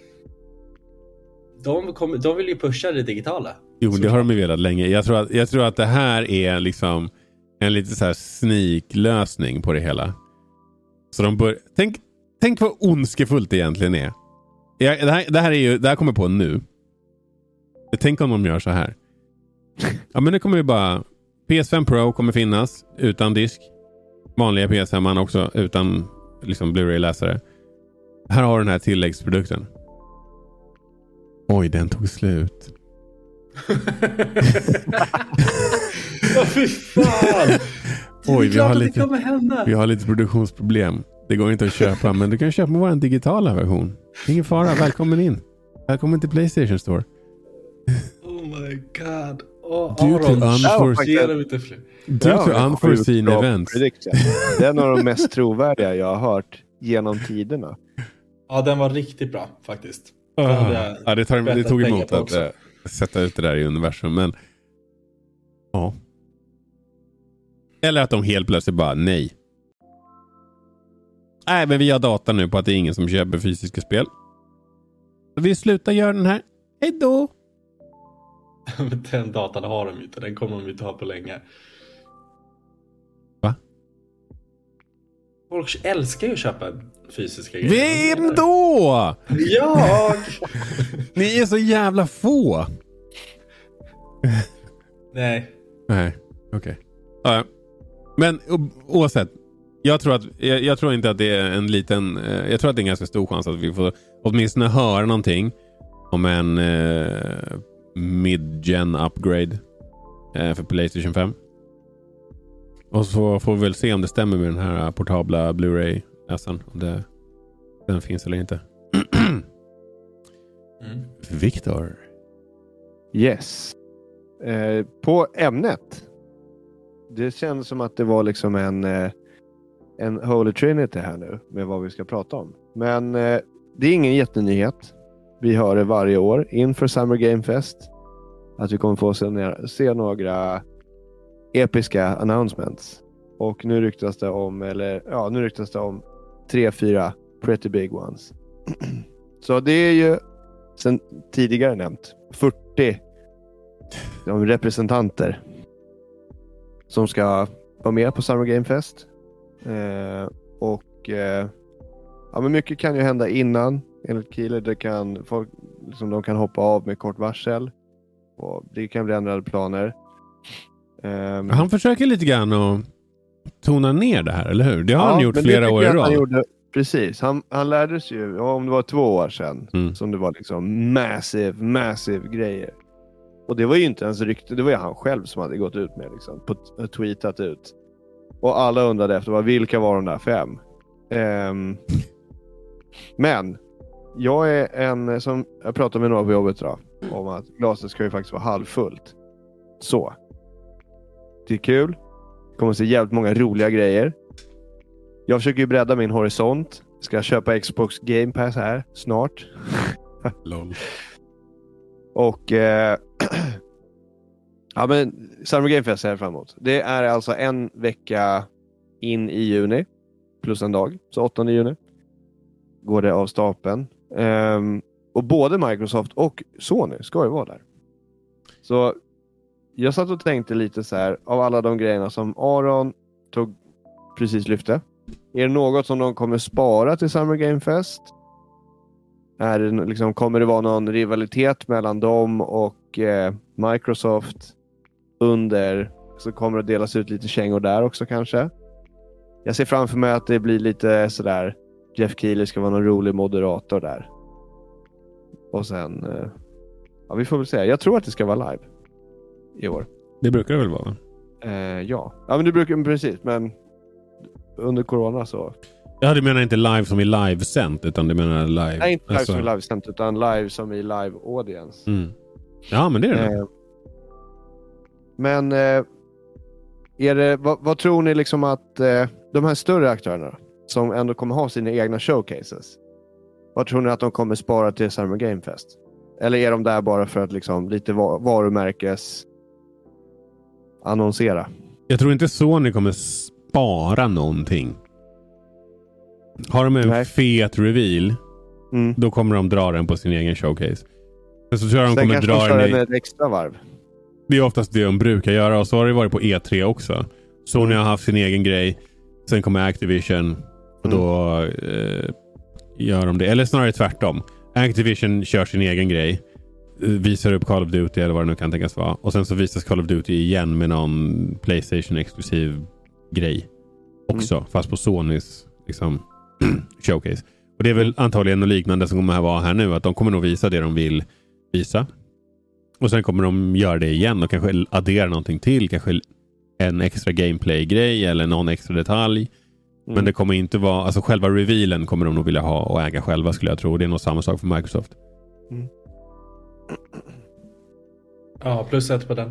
de, kom, de vill ju pusha det digitala.
Jo, det har de ju velat länge. Jag tror att, jag tror att det här är liksom en lite så här sneak-lösning på det hela. Så de bör, tänk, tänk vad ondskefullt det egentligen är. Jag, det, här, det här är ju, det här kommer på nu. Tänk om de gör så här. Ja, men det kommer ju bara, P S fem Pro kommer finnas utan disk. Vanliga P S fem också utan liksom Blu-ray-läsare. Här har du den här tilläggsprodukten. Oj, den tog slut.
Åh, fy fan.
Oj, vi har, lite, vi har lite produktionsproblem. Det går inte att köpa, men du kan köpa vår digitala version. Ingen fara, välkommen in. Välkommen till PlayStation Store.
Oh my god. Oh,
Due to unforeseen, Due to unforeseen events.
Det är en av de mest trovärdiga jag har hört genom tiderna.
Ja, den var riktigt bra faktiskt.
Oh, ja, det, tar, det tog emot att äh, sätta ut det där i universum, men ja. Eller att de helt plötsligt bara nej. Nej, men vi har data nu på att det är ingen som köper fysiska spel. Så vi slutar göra den här. Hej då!
Den datan har de inte. Den kommer de inte ha på länge.
Va?
Folk älskar ju att köpa fysiska grejer.
Vem då?
Jag!
Ni är så jävla få.
Nej.
Nej, okej. Okay. Ja, men o- oavsett. Jag tror, att, jag, jag tror inte att det är en liten... Eh, jag tror att det är en ganska stor chans att vi får åtminstone höra någonting om en eh, mid-gen upgrade eh, för PlayStation fem. Och så får vi väl se om det stämmer med den här portabla Blu-ray-läsaren. Om det, den finns eller inte. mm. Victor.
Yes. Eh, på ämnet. Det känns som att det var liksom en... Eh, en Holy Trinity här nu med vad vi ska prata om. Men eh, det är ingen jättenyhet. Vi hör det varje år inför Summer Game Fest att vi kommer få se, se några episka announcements. Och nu ryktas det om eller ja, nu ryktas det om tre, fyra pretty big ones. Så det är ju sen tidigare nämnt fyrtio de representanter som ska vara med på Summer Game Fest. Eh, och eh, ja, men mycket kan ju hända innan enligt Keighley. Det kan folk liksom, de kan hoppa av med kort varsel och det kan bli ändrade planer. Eh,
han försöker lite grann att tona ner det här, eller hur? Det har
ja,
han gjort flera år i rad.
Gjorde, precis, han, han lärde sig ju om det var två år sedan
mm.
som det var liksom massive, massive grejer. Och det var ju inte ens rykte, det var ju han själv som hade gått ut med liksom, på, tweetat ut. Och alla undrade efter vad, vilka var de där fem? Um, men jag är en som jag pratade med några på jobbet då, om att glaset ska ju faktiskt vara halvfullt. Så. Det är kul. Det kommer att se jävligt många roliga grejer. Jag försöker ju bredda min horisont. Ska jag köpa Xbox Game Pass här snart.
Lol.
Och eh, ja, men Summer Game Fest är fram emot. Det är alltså en vecka in i juni plus en dag, så åttonde juni går det av stapeln. Um, och både Microsoft och Sony ska ju vara där. Så jag satt och tänkte lite så här, av alla de grejerna som Aron tog precis lyfte. Är det något som de kommer spara till Summer Game Fest? Är det liksom, kommer det vara någon rivalitet mellan dem och eh, Microsoft under, så kommer det delas ut lite kängor där också kanske. Jag ser framför mig att det blir lite sådär, Jeff Keighley ska vara någon rolig moderator där. Och sen eh, ja, vi får väl se. Jag tror att det ska vara live i år.
Det brukar det väl vara?
Eh, ja. Ja, men det brukar precis, men under corona så.
Ja, du menar inte live som i live-sänt, utan du menar live...
Nej, inte live
alltså...
som i live-sänt, utan live som i live-audience.
Mm. Ja, men det är det.
Eh, men eh, är det, vad, vad tror ni liksom att eh, de här större aktörerna som ändå kommer ha sina egna showcases, vad tror ni att de kommer spara till Summer Game Fest? Eller är de där bara för att liksom lite varumärkes annonsera?
Jag tror inte Sony kommer spara någonting. Har de en Nej. fet reveal, mm. då kommer de dra den på sin egen showcase. Men så tror jag de
Sen
kommer dra den
i... ett extra varv.
Det är oftast det de brukar göra, och så har det varit på E tre också. Sony har haft sin egen grej, sen kommer Activision och mm. då eh, gör de det. Eller snarare tvärtom. Activision kör sin egen grej, visar upp Call of Duty eller vad det nu kan tänkas vara, och sen så visas Call of Duty igen med någon PlayStation-exklusiv grej också, mm. fast på Sonys liksom showcase. Och det är väl antagligen något liknande som kommer att vara här nu, att de kommer nog visa det de vill visa. Och sen kommer de göra det igen och kanske addera någonting till, kanske en extra gameplay-grej eller någon extra detalj. Mm. Men det kommer inte vara, alltså själva revealen kommer de nog vilja ha och äga själva, skulle jag tro. Det är nog samma sak för Microsoft.
Mm.
Ja, plus ett på den.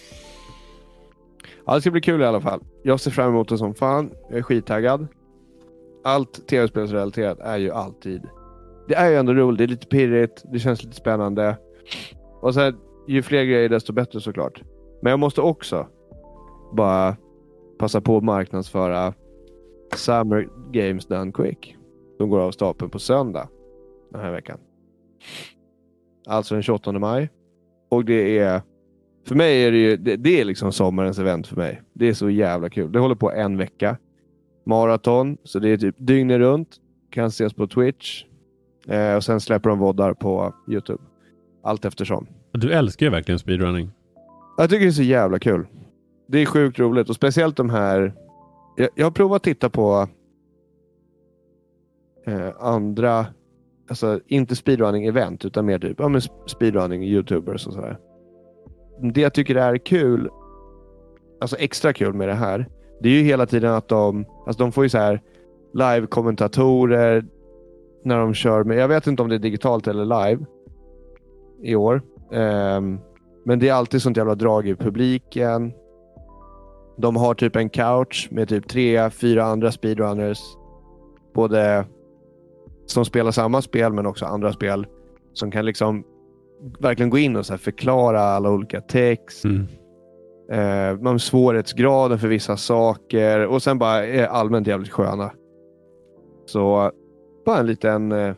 Ja, det ska bli kul i alla fall. Jag ser fram emot det som fan. Jag är skittaggad. Allt tv-spelsrelaterat är ju alltid. Det är ju ändå roligt, det är lite pirrigt, det känns lite spännande. Och så här, ju fler grejer desto bättre såklart. Men jag måste också bara passa på att marknadsföra Summer Games Done Quick. De går av stapeln på söndag den här veckan. Alltså den tjugoåttonde maj. Och det är för mig är det ju, det, det är liksom sommarens event för mig. Det är så jävla kul. Det håller på en vecka. Maraton, så det är typ dygnet runt. Kan ses på Twitch. Eh, och sen släpper de voddar på YouTube. Allt eftersom.
Du älskar ju verkligen speedrunning.
Jag tycker det är så jävla kul. Det är sjukt roligt. Och speciellt de här... Jag, jag har provat att titta på eh, andra... Alltså inte speedrunning-event utan mer typ ja, men speedrunning-youtubers och sådär. Det jag tycker är kul, alltså extra kul med det här, det är ju hela tiden att de, alltså de får ju så här live-kommentatorer när de kör med, jag vet inte om det är digitalt eller live i år. Um, men det är alltid sånt jävla drag i publiken. De har typ en couch med typ tre, fyra andra speedrunners. Både som spelar samma spel men också andra spel som kan liksom verkligen gå in och så här förklara alla olika text.
Mm.
Eh, man svårighetsgraden för vissa saker och sen bara är allmänt jävligt sköna. Så bara en liten eh,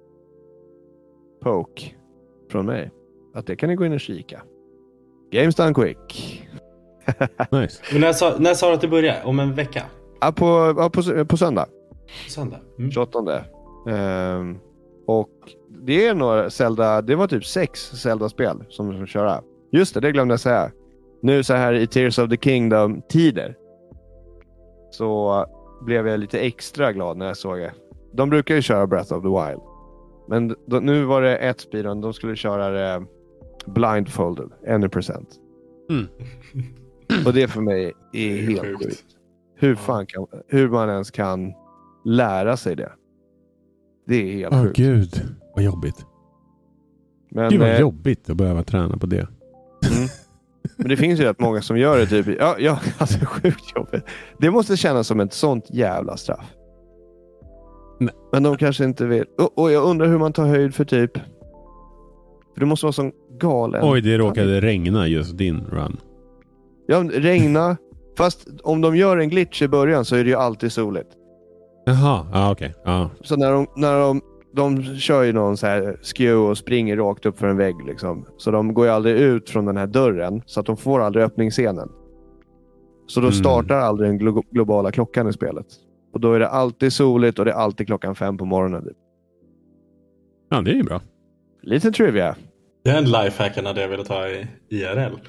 poke från mig. Att det kan ni gå in och kika. Games done quick.
Nice.
Men när sa, när sa du att det börjar? Om en vecka?
Ja, på, ja, på, på söndag.
Söndag? Mm.
tjugoåttonde. Um, och det är några Zelda, det var typ sex Zelda-spel som de köra. Just det, det glömde jag säga. Nu så här i Tears of the Kingdom-tider så blev jag lite extra glad när jag såg det. De brukar ju köra Breath of the Wild. Men då, nu var det ett speedrun, de skulle köra det blindfolded, en procent.
Mm.
Och det för mig är helt sjukt. Hur fan kan, hur man ens kan lära sig det. Det är helt
Åh
sjukt.
gud, vad jobbigt.
Men,
Gud vad
eh,
jobbigt att behöva träna på det.
Mm. Men det finns ju rätt många som gör det typ. Ja, ja, alltså sjukt jobbigt. Det måste kännas som ett sånt jävla straff.
Nej.
Men de kanske inte vill. Och, och jag undrar hur man tar höjd för typ. För det måste vara sån galen.
Oj, det råkade regna just din run.
Ja, regna. Fast om de gör en glitch i början så är det ju alltid soligt.
Jaha, ja okej. Okay. Ja.
Så när de, när de, de kör ju någon så här skew och springer rakt upp för en vägg liksom. Så de går ju aldrig ut från den här dörren. Så att de får aldrig öppningsscenen. Så då
Mm.
startar aldrig den glo- globala klockan i spelet. Och då är det alltid soligt och det är alltid klockan fem på morgonen.
Ja, det är ju bra.
Lite trivia.
Det är en lifehacken hade jag velat ha i I R L.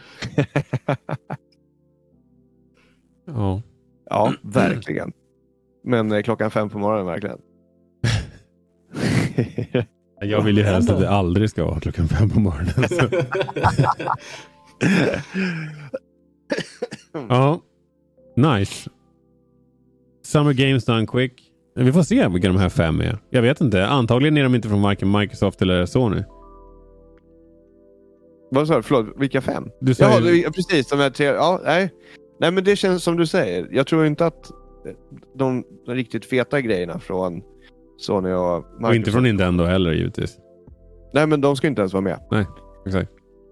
Ja.
Ja, verkligen. Men eh, klockan fem på morgonen verkligen.
Jag vill ju helst att det aldrig ska vara klockan fem på morgonen. Så. Ja, nice. Summer Games Done Quick. Vi får se vilka de här fem är. Jag vet inte. Antagligen är de inte från varken Microsoft eller Sony.
Vad sa du? Förlåt, vilka fem?
Du sa
Ja,
ju...
det, precis. De här tre. Ja, nej. Nej, men det känns som du säger. Jag tror inte att de, de riktigt feta grejerna från Sony och Microsoft.
Och inte från Nintendo heller, givetvis.
Nej, men de ska inte ens vara med.
Nej, exakt.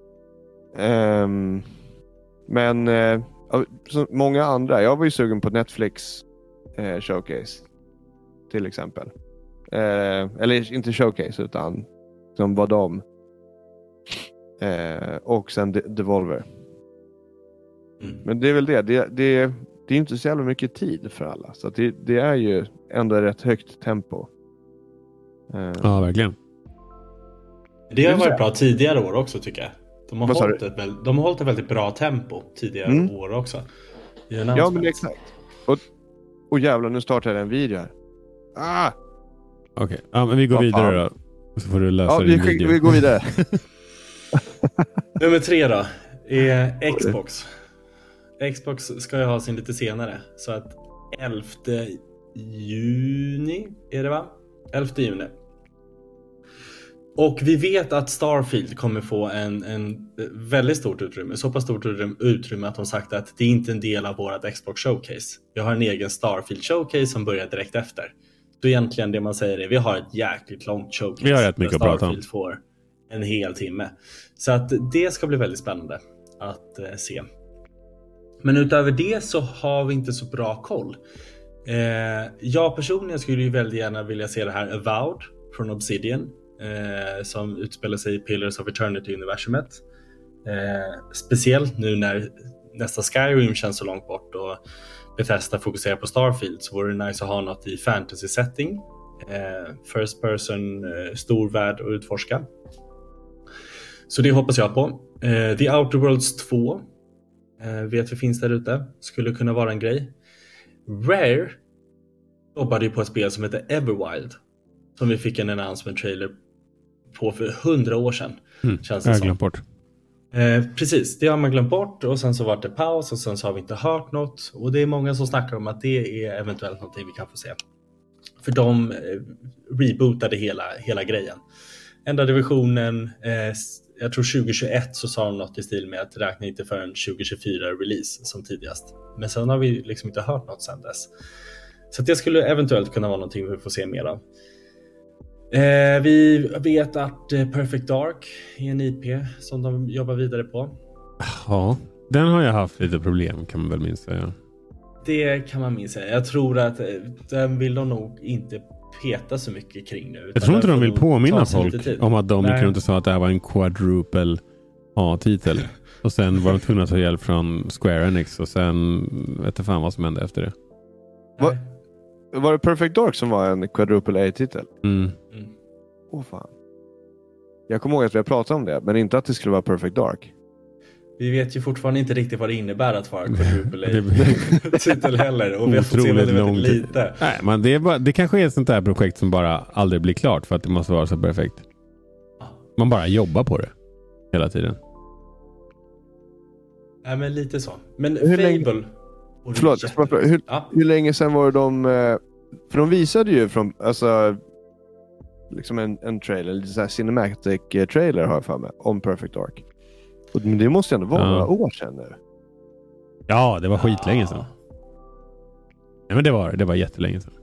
Um, men uh, så många andra. Jag var ju sugen på Netflix uh, Showcase. Till exempel. Uh, eller inte Showcase, utan som var de. Uh, och sen De- Devolver.
Mm.
Men det är väl det. Det, det, det är inte så jävla mycket tid för alla. Så att det, det är ju ändå ett högt tempo. Uh,
Ja, verkligen.
Det har varit bra tidigare år också tycker jag. De har,
Vad sa
hållit ett, väl- de har hållit ett väldigt bra tempo tidigare
Mm.
år också. I
Ja, men exakt. Och, och jävlar, nu startar en video här. Ah!
Okej, okay. Ja, men vi går
Vad
vidare
fan.
då. Och så får du lösa
Ja,
din
vi,
video.
vi går vidare.
Nummer tre då är Xbox. Xbox ska ju ha sin lite senare. Så att elfte juni är det va? elfte juni. Och vi vet att Starfield kommer få en, en väldigt stort utrymme. Så pass stort utrymme att de sagt att det är inte en del av vårat Xbox Showcase. Vi har en egen Starfield Showcase som börjar direkt efter. Så egentligen det man säger är vi har ett jäkligt långt showcase.
Vi har rätt mycket att prata om.
Starfield får en hel timme. Så att det ska bli väldigt spännande att eh, se. Men utöver det så har vi inte så bra koll. Eh, jag personligen skulle ju väldigt gärna vilja se det här Avowed från Obsidian. Eh, som utspelar sig i Pillars of Eternity-universumet. Eh, speciellt nu när nästa Skyrim känns så långt bort och Bethesda fokuserar på Starfield, så vore det nice att ha något i fantasy setting. Eh, first person, eh, stor värld att utforska. Så det hoppas jag på. Eh, The Outer Worlds två eh, vet vi finns där ute. Skulle kunna vara en grej. Rare jobbade ju på ett spel som heter Everwild, som vi fick en announcement trailer på för hundra år sedan.
Mm,
känns det
jag har
som.
glömt bort.
Eh, precis, det har man glömt bort och sen så var det paus och sen så har vi inte hört något. Och det är många som snackar om att det är eventuellt någonting vi kan få se. För de eh, rebootade hela, hela grejen. Enda divisionen, eh, jag tror tjugo tjugoett så sa de något i stil med att räkna inte förrän tjugo tjugofyra release som tidigast. Men sen har vi liksom inte hört något sen dess. Så det skulle eventuellt kunna vara någonting vi får se mer av. Eh, vi vet att eh, Perfect Dark är en I P som de jobbar vidare på.
Ja, den har jag haft lite problem kan man väl minst säga.
Det kan man minst säga. Jag tror att eh, den vill de nog inte peta så mycket kring nu.
Jag tror inte de vill påminna folk om att de gick runt och sa att det här var en quadruple A-titel. Och sen var de tvungna att ta hjälp från Square Enix och sen vet jag fan vad som hände efter det.
Var, var det Perfect Dark som var en quadruple A-titel?
Mm.
Mm.
Åh oh, fan. Jag kommer ihåg att vi har pratat om det, men inte att det skulle vara Perfect Dark.
Vi vet ju fortfarande inte riktigt vad det innebär att vara quadruple A-titel heller. Och vi har fått se väldigt, väldigt lite.
Nej, men det, är bara, det kanske är ett sånt där projekt som bara aldrig blir klart för att det måste vara så perfekt. Man bara jobbar på det hela tiden.
Nej, men lite så. Men
hur
Fable...
Länge... Förlåt, hur,
ja.
hur länge sedan var det de... För de visade ju från... Alltså, liksom en, en trailer, lite så här cinematic trailer har jag för mig, om Perfect Dark. Och, men det måste ändå vara ja. några år sedan nu.
Ja, det var skitlänge sedan. Nej, men det var, det var jättelänge sedan.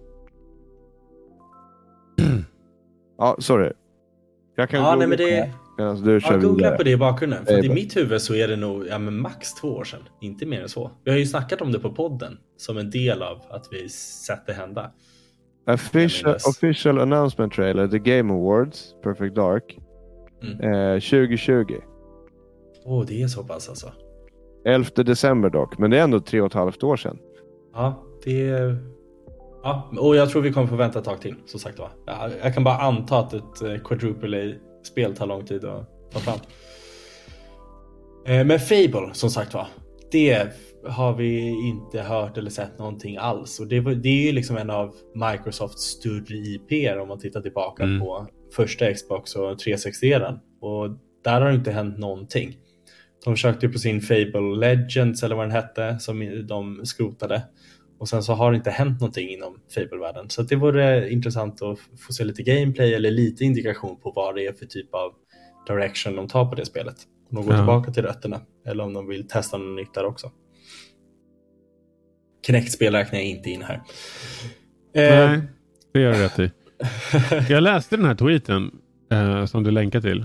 Ja, sorry. Jag kan
ja, nej, men det...
Alltså, du
ja, googla på det i bakgrunden. För
Nej,
i mitt huvud så är det nog ja, men max två år sedan. Inte mer än så. Vi har ju snackat om det på podden som en del av att vi sett det hända.
Official, official announcement trailer, The Game Awards, Perfect Dark, mm. eh, tjugo tjugo.
Åh, oh, det är så pass alltså.
elfte december dock, men det är ändå tre och ett halvt år sedan.
Ja, det är... Ja, och jag tror vi kommer få vänta ett tag till, som sagt va. Jag, jag kan bara anta att ett quadruple A-spel tar lång tid att ta fram. Eh, men Fable, som sagt va, det har vi inte hört eller sett någonting alls. Och det, det är ju liksom en av Microsofts större I P om man tittar tillbaka mm. på första Xbox och trehundrasextio-eran. Och där har det inte hänt någonting. De försökte ju på sin Fable Legends eller vad den hette som de skrotade. Och sen så har det inte hänt någonting inom Fable-världen. Så det vore intressant att få se lite gameplay eller lite indikation på vad det är för typ av direction de tar på det spelet. Om de går ja. tillbaka till rötterna. Eller om de vill testa något nytt där också. Kinect-spel räknar jag inte in här.
Nej, eh. det gör jag rätt i. Jag läste den här tweeten eh, som du länkar till.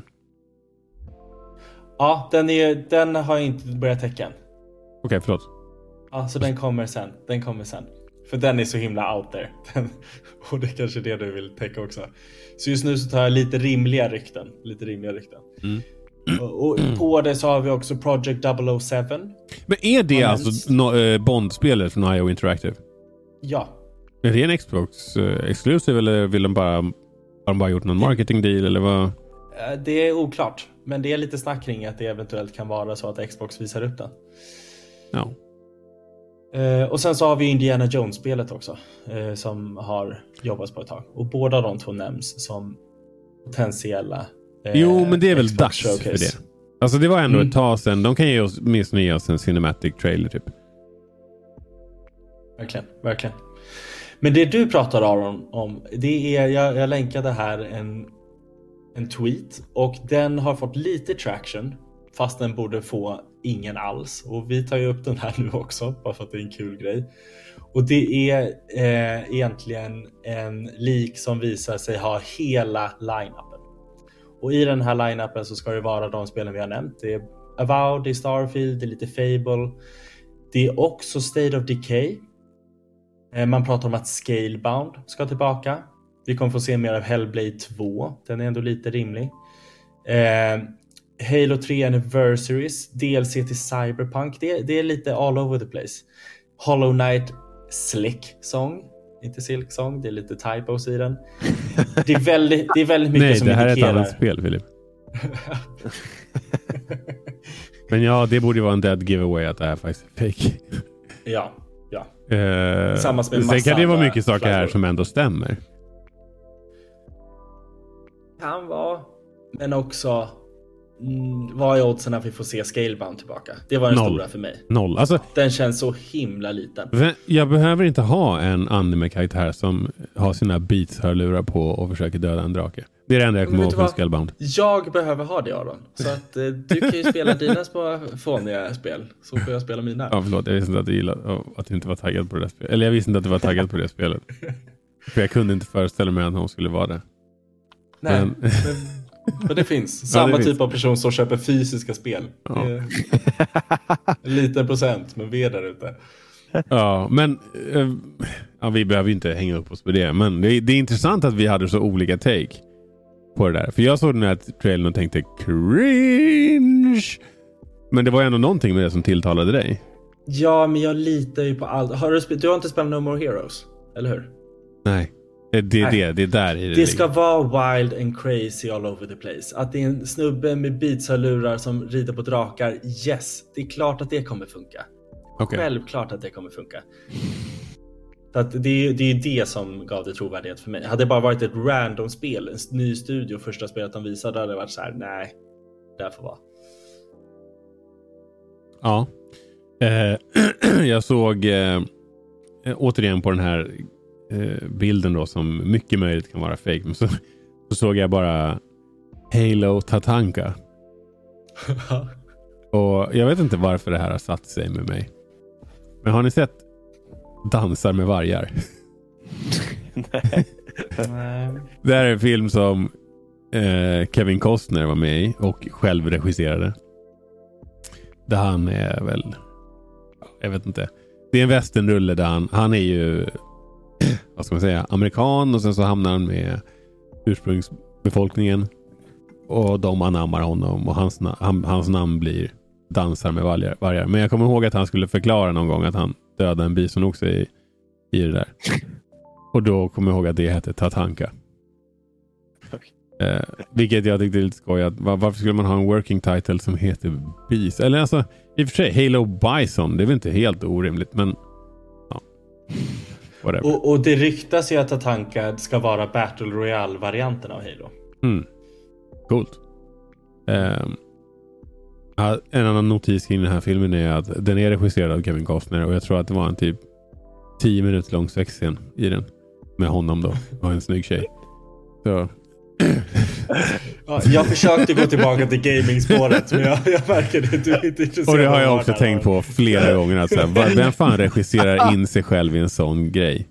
Ja, den, är, den har jag inte börjat täcka än.
Okej, okay, förlåt.
Ja, så den kommer sen. Den kommer sen. För den är så himla out there. Den, och det är kanske det du vill täcka också. Så just nu så tar jag lite rimliga rykten. Lite rimliga rykten. Mm. Och, och på det så har vi också Project double oh seven.
Men är det alltså no, äh, Bond-spelet från I O Interactive?
Ja.
Är det en Xbox äh, exclusive eller vill de bara, har de bara gjort någon marketing deal eller vad?
Det är oklart. Men det är lite snack kring att det eventuellt kan vara så att Xbox visar upp den.
Ja.
Uh, och sen så har vi Indiana Jones-spelet också. Uh, som har jobbats på ett tag. Och båda de två nämns som potentiella uh,
Jo, men det är väl
Xbox
dags
showcase.
för det. Alltså det var ändå
mm.
ett tag sedan. De kan ge oss, åtminstone ge oss en cinematic trailer typ.
Verkligen, verkligen. Men det du pratar Aron om, det är, jag, jag länkade här en, en tweet. Och den har fått lite traction. Fast den borde få ingen alls. Och vi tar ju upp den här nu också. Bara för att det är en kul grej. Och det är eh, egentligen en leak som visar sig ha hela line-upen. Och i den här line-upen så ska det vara de spelen vi har nämnt. Det är Avowed, det är Starfield, det är lite Fable. Det är också State of Decay. Eh, man pratar om att Scalebound ska tillbaka. Vi kommer få se mer av Hellblade två. Den är ändå lite rimlig. Eh, Halo tre Anniversaries, D L C till Cyberpunk. Det, det är lite all over the place. Hollow Knight Slick Song. Inte Silk Song, det är lite typos i den. Det är väldigt, det är väldigt mycket
Nej,
som
indikerar... Nej, det här
indikerar...
är ett annat spel, Filip. Men ja, det borde ju vara en dead giveaway att det här faktiskt är fake.
Ja, ja.
Uh,
Tillsammans med en
sen
massa
kan det vara mycket saker
flaggor
här som ändå stämmer.
Kan vara, men också mm, vad är oddsen att vi får se Scalebound tillbaka? Det var den
Noll.
stora för mig.
Noll. Alltså,
den känns så himla liten.
Jag behöver inte ha en anime-karaktär som har sina Beats-hörlurar på och försöker döda en drake. Det är det enda jag kommer ihåg från Scalebound.
Jag behöver ha det, Aron. Så att eh, du kan ju spela dina små fåniga spel. Så får jag spela mina.
Ja, förlåt. Jag visste inte att du, gillade, att du inte var taggad på det spelet. Eller jag visste inte att du var taggad på det spelet. För jag kunde inte föreställa mig att hon skulle vara det.
Nej,
men,
men, men det finns. Samma
ja, det
typ
finns.
av person som köper fysiska spel. Ja. Det är en liten procent, men vi är där ute.
Ja, men ja, vi behöver ju inte hänga upp oss på det. Men det är, det är intressant att vi hade så olika take på det där. För jag såg den här trailern och tänkte cringe. Men det var ändå någonting med det som tilltalade dig.
Ja, men jag litar ju på allt. Har du, sp- du har inte spelat No More Heroes, eller hur?
Nej. Det är det, det är där i det.
Det ska vara wild and crazy all over the place. Att det är en snubbe med beats-hörlurar som rider på drakar. Yes, det är klart att det kommer funka.
Okay.
Självklart att det kommer funka. Så att det är det är det som gav det trovärdighet för mig. Hade det bara varit ett random spel, en ny studio, första spelet de visade, hade det varit så här: nej, det här får vara.
Ja. Eh, jag såg eh, återigen på den här eh, bilden då som mycket möjligt kan vara fake. Men så, så såg jag bara Halo Tatanka. Och jag vet inte varför det här har satt sig med mig. Men har ni sett Dansar med vargar?
Nej.
Det här är en film som eh, Kevin Costner var med i och själv regisserade. Där han är väl, jag vet inte. Det är en westernrulle där han, han är ju, vad ska man säga, amerikan, och sen så hamnar han med ursprungsbefolkningen och de anammar honom och hans, han, hans namn blir Dansar med vargar, vargar. Men jag kommer ihåg att han skulle förklara någon gång att han dödade en bison också i, i det där. Och då kommer jag ihåg att det hette Tatanka. Eh, vilket jag tyckte är lite skoj. Att, var, varför skulle man ha en working title som heter Beast? Eller alltså, i och för sig, Halo Bison, det är väl inte helt orimligt, men ja.
Och, och det ryktas ju att Tatanka ska vara Battle Royale-varianten av Halo.
Mm. Coolt. Eh, en annan notis kring den här filmen är att den är regisserad av Kevin Costner och jag tror att det var en typ tio minuter lång sexscen i den. Med honom då. Och en snygg tjej. Så...
Ja, jag försökte gå tillbaka till gaming-spåret, men jag, jag märker att du är inte intresserad.
Och det har jag också tänkt på flera gånger. Att så här, vem fan regisserar in sig själv i en sån grej?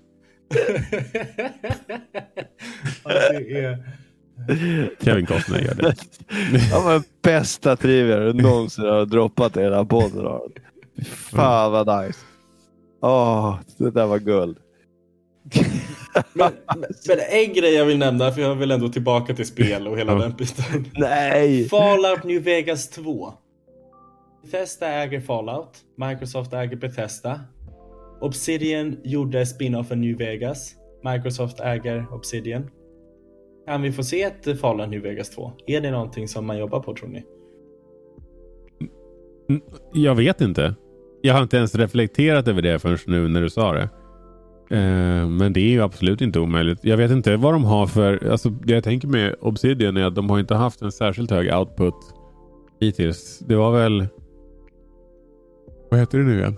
Ja, det är...
Kevin Costner gör det.
Ja, men bästa trivia du någonsin har droppat i hela podden. Fan vad nice. Åh, oh, det där var guld.
men, men en grej jag vill nämna, för jag vill ändå tillbaka till spel och hela ja. den biten.
Nej!
Fallout New Vegas två. Bethesda äger Fallout. Microsoft äger Bethesda. Obsidian gjorde spin-offen New Vegas. Microsoft äger Obsidian. Kan vi få se ett Fallout New Vegas två? Är det någonting som man jobbar på, tror ni?
Jag vet inte. Jag har inte ens reflekterat över det förrän nu när du sa det. Eh, men det är ju absolut inte omöjligt. Jag vet inte vad de har för... Alltså, det jag tänker med Obsidian är att de har inte haft en särskilt hög output hittills. Det var väl... Vad heter det nu igen?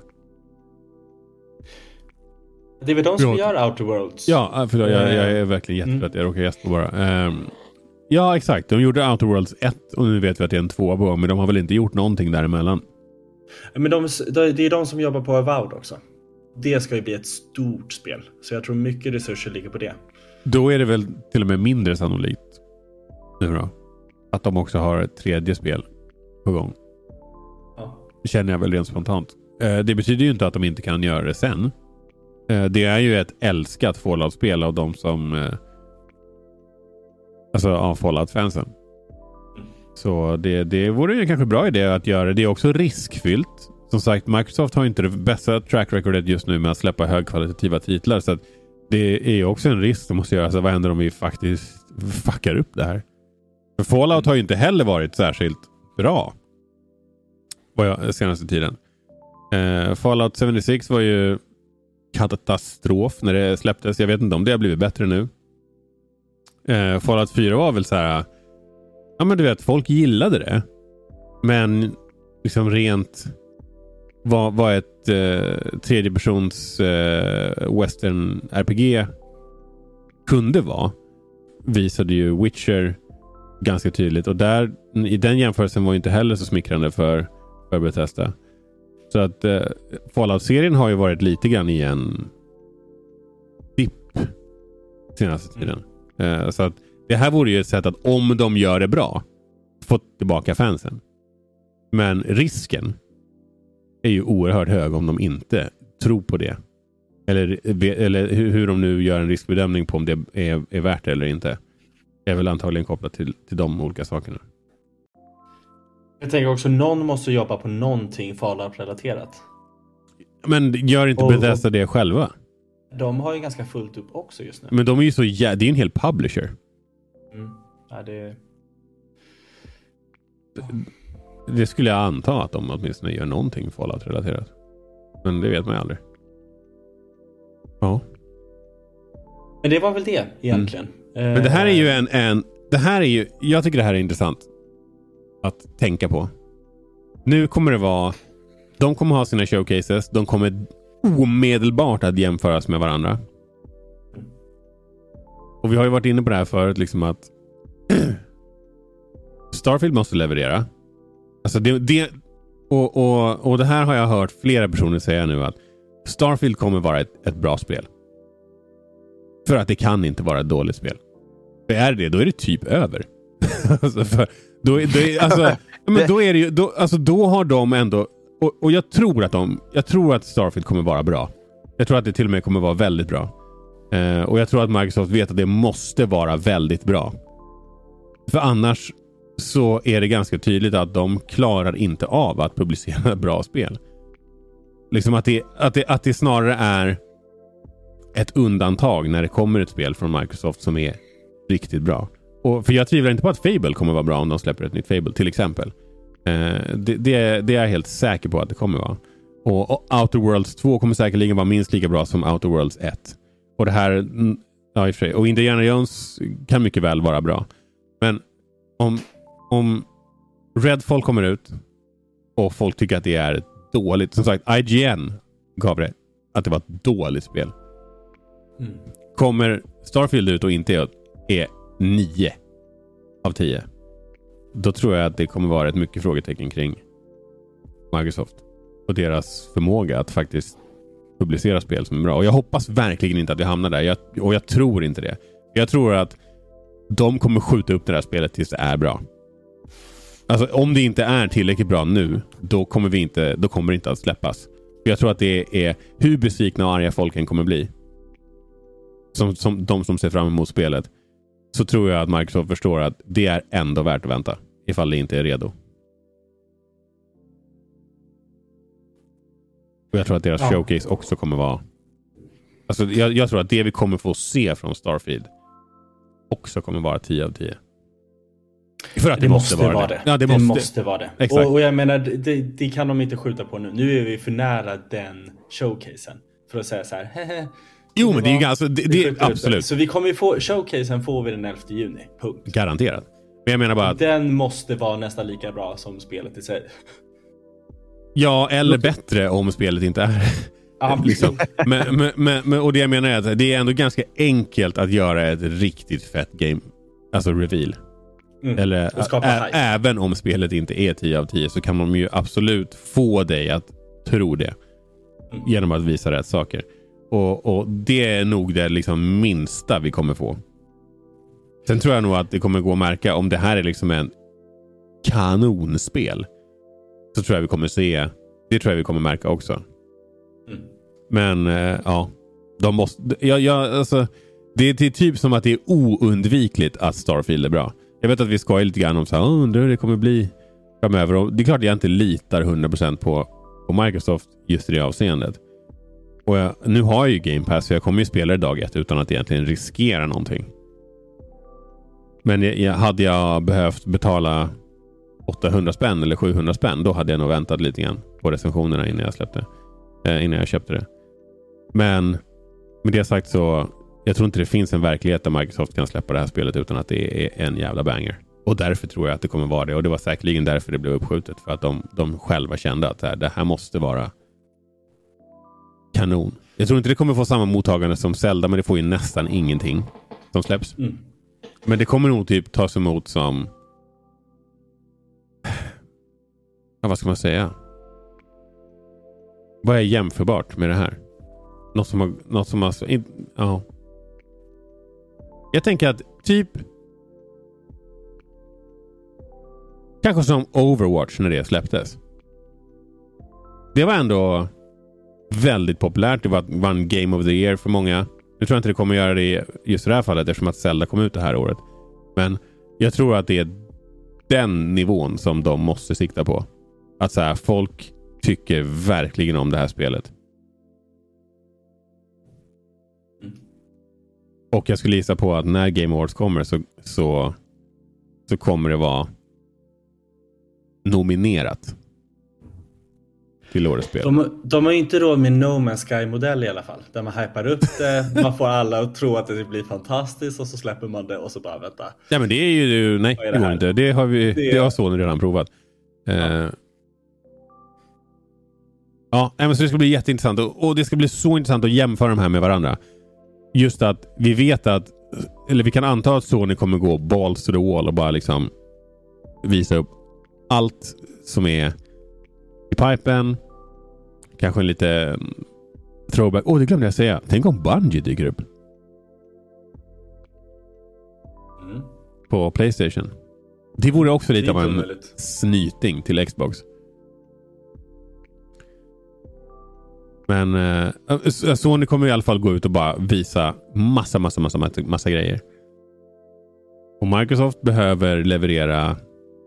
Det är väl de som ja. gör Outer Worlds.
Ja, förlåt, jag, jag är verkligen jättetrött. Mm. Jag råkar gästa bara. Um, ja, exakt. De gjorde Outer Worlds ett och nu vet vi att det är en två på, men de har väl inte gjort någonting däremellan.
Men de, det är de som jobbar på Avowed också. Det ska ju bli ett stort spel. Så jag tror mycket resurser ligger på det.
Då är det väl till och med mindre sannolikt nu då, att de också har ett tredje spel på gång. Ja. Det känner jag väl rent spontant. Uh, det betyder ju inte att de inte kan göra det sen. Det är ju ett älskat Fallout-spel av de som alltså av Fallout-fansen. Så det, det vore ju kanske bra idé att göra. Det är också riskfyllt. Som sagt, Microsoft har inte det bästa track recordet just nu med att släppa högkvalitativa titlar. Så att det är också en risk som måste göras. Vad händer om vi faktiskt fuckar upp det här? För Fallout har ju inte heller varit särskilt bra vad jag, senaste tiden. Uh, Fallout sjuttiosex var ju katastrof när det släpptes. Jag vet inte om det har blivit bättre nu. Uh, Fallout fyra var väl så här. Ja, men du vet, folk gillade det. Men liksom rent vad, vad ett uh, tredjepersons uh, western R P G kunde vara visade ju Witcher ganska tydligt. Och där, i den jämförelsen var ju inte heller så smickrande för, för Bethesda. Så att eh, Fallout-serien har ju varit lite grann i en dipp senaste tiden. Eh, så att det här vore ju ett sätt att om de gör det bra få tillbaka fansen. Men risken är ju oerhört hög om de inte tror på det. Eller, eller hur, hur de nu gör en riskbedömning på om det är, är värt det eller inte. Det är väl antagligen kopplat till, till de olika sakerna.
Jag tänker också, någon måste jobba på någonting Fallout-relaterat.
Men gör inte Bethesda det själva?
De har ju ganska fullt upp också just nu.
Men de är ju så jä- det är en hel publisher.
Mm. Ja, det...
det skulle jag anta att de åtminstone gör någonting Fallout-relaterat. Men det vet man ju aldrig. Ja.
Men det var väl det egentligen.
Mm. Men det här är ju en, en det här är ju, jag tycker det här är intressant att tänka på. Nu kommer det vara, de kommer ha sina showcases, de kommer omedelbart att jämföras med varandra. Och vi har ju varit inne på det här förut, liksom att Starfield måste leverera. Alltså det, det och, och, och det här har jag hört flera personer säga nu, att Starfield kommer vara ett, ett bra spel. För att det kan inte vara ett dåligt spel. För är det, då är det typ över. alltså för, då, då, är, alltså, men då är det ju, då, alltså då har de ändå, och, och jag tror att de, jag tror att Starfield kommer vara bra. Jag tror att det till och med kommer vara väldigt bra. Eh, och jag tror att Microsoft vet att det måste vara väldigt bra. För annars så är det ganska tydligt att de klarar inte av att publicera bra spel. Liksom att det, att det, att det snarare är ett undantag när det kommer ett spel från Microsoft som är riktigt bra. Och för jag tvivlar inte på att Fable kommer vara bra om de släpper ett nytt Fable till exempel. Eh, det, det, är, det är jag helt säker på att det kommer vara. Och, och Outer Worlds två kommer säkerligen vara minst lika bra som Outer Worlds ett. Och det här, ja i och för sig. Och Indiana Jones kan mycket väl vara bra. Men om, om Redfall kommer ut och folk tycker att det är dåligt. Som sagt, I G N gav det att det var ett dåligt spel. Mm. Kommer Starfield ut och inte är, är nio av tio, då tror jag att det kommer vara ett mycket frågetecken kring Microsoft och deras förmåga att faktiskt publicera spel som är bra. Och jag hoppas verkligen inte att vi hamnar där. Jag, och jag tror inte det. Jag tror att de kommer skjuta upp det här spelet tills det är bra. Alltså om det inte är tillräckligt bra nu, då kommer vi inte, då kommer det inte att släppas. Jag tror att det är hur besvikna och arga folken kommer bli. Som, som de som ser fram emot spelet. Så tror jag att Microsoft förstår att det är ändå värt att vänta. Ifall det inte är redo. Och jag tror att deras ja. showcase också kommer vara... Alltså jag, jag tror att det vi kommer få se från Starfield också kommer vara tio av tio. För att det, det måste, måste vara, vara det. det.
Ja, det, det måste. måste vara det. Exakt. Och, och jag menar, det, det kan de inte skjuta på nu. Nu är vi för nära den showcasen. För att säga så här, hehe.
Jo, men det är ju ganska... Det, det, det, absolut.
Så vi kommer ju få... Showcasen får vi den elfte juni. Punkt.
Garanterat. Men jag menar bara att...
Den måste vara nästan lika bra som spelet i sig.
Ja, eller bättre om spelet inte är...
Ja,
liksom. men, men, men, men, och det jag menar är att det är ändå ganska enkelt att göra ett riktigt fett game. Alltså reveal. Mm. Eller ä- även om spelet inte är tio av tio så kan de ju absolut få dig att tro det. Mm. Genom att visa rätt saker. Och, och det är nog det liksom minsta vi kommer få. Sen tror jag nog att det kommer gå att märka om det här är liksom en kanonspel. Så tror jag vi kommer se. Det tror jag vi kommer märka också. Mm. Men eh, ja, de måste. Ja, ja, alltså, det är typ som att det är oundvikligt att Starfield är bra. Jag vet att vi skojar lite grann om så här, undrar hur det kommer bli framöver. Och det är klart att jag inte litar hundra procent på, på Microsoft just i det avseendet. Och jag, nu har jag ju Game Pass så jag kommer ju spela det dag ett utan att egentligen riskera någonting. Men jag, jag, hade jag behövt betala åttahundra spänn eller sjuhundra spänn, då hade jag nog väntat lite grann på recensionerna innan jag släppte eh, innan jag köpte det. Men med det sagt så jag tror inte det finns en verklighet där Microsoft kan släppa det här spelet utan att det är en jävla banger. Och därför tror jag att det kommer vara det. Och det var säkerligen därför det blev uppskjutet. För att de, de själva kände att här, det här måste vara kanon. Jag tror inte det kommer få samma mottagande som Zelda, men det får ju nästan ingenting som släpps. Mm. Men det kommer nog typ tas emot som ja, vad ska man säga? Vad är jämförbart med det här? Något som har, något som har in, ja. Jag tänker att typ kanske som Overwatch när det släpptes. Det var ändå väldigt populärt. Det var, var en Game of the Year för många. Nu tror jag inte det kommer göra det i just det här fallet eftersom att Zelda kom ut det här året. Men jag tror att det är den nivån som de måste sikta på. Att så här, folk tycker verkligen om det här spelet. Och jag skulle gissa på att när Game Awards kommer så, så, så kommer det vara nominerat till årets spel.
De, de har ju inte råd med No Man's Sky-modell i alla fall. Där man hypar upp det, man får alla att tro att det blir fantastiskt och så släpper man det och så bara vänta.
Ja men det är ju, nej det, det går inte. Det har, vi, det, det har Sony redan provat. Ja. Uh, ja, men så det ska bli jätteintressant och, och det ska bli så intressant att jämföra de här med varandra. Just att vi vet att, eller vi kan anta att Sony kommer gå balls to the wall och bara liksom visa upp allt som är i pipen. Kanske en lite throwback. Åh, oh, det glömde jag säga. Tänk om Bungie dyker upp. Mm. På PlayStation. Det vore också lite av en snyting till Xbox. Men äh, Sony kommer i alla fall gå ut och bara visa massa, massa, massa, massa, massa grejer. Och Microsoft behöver leverera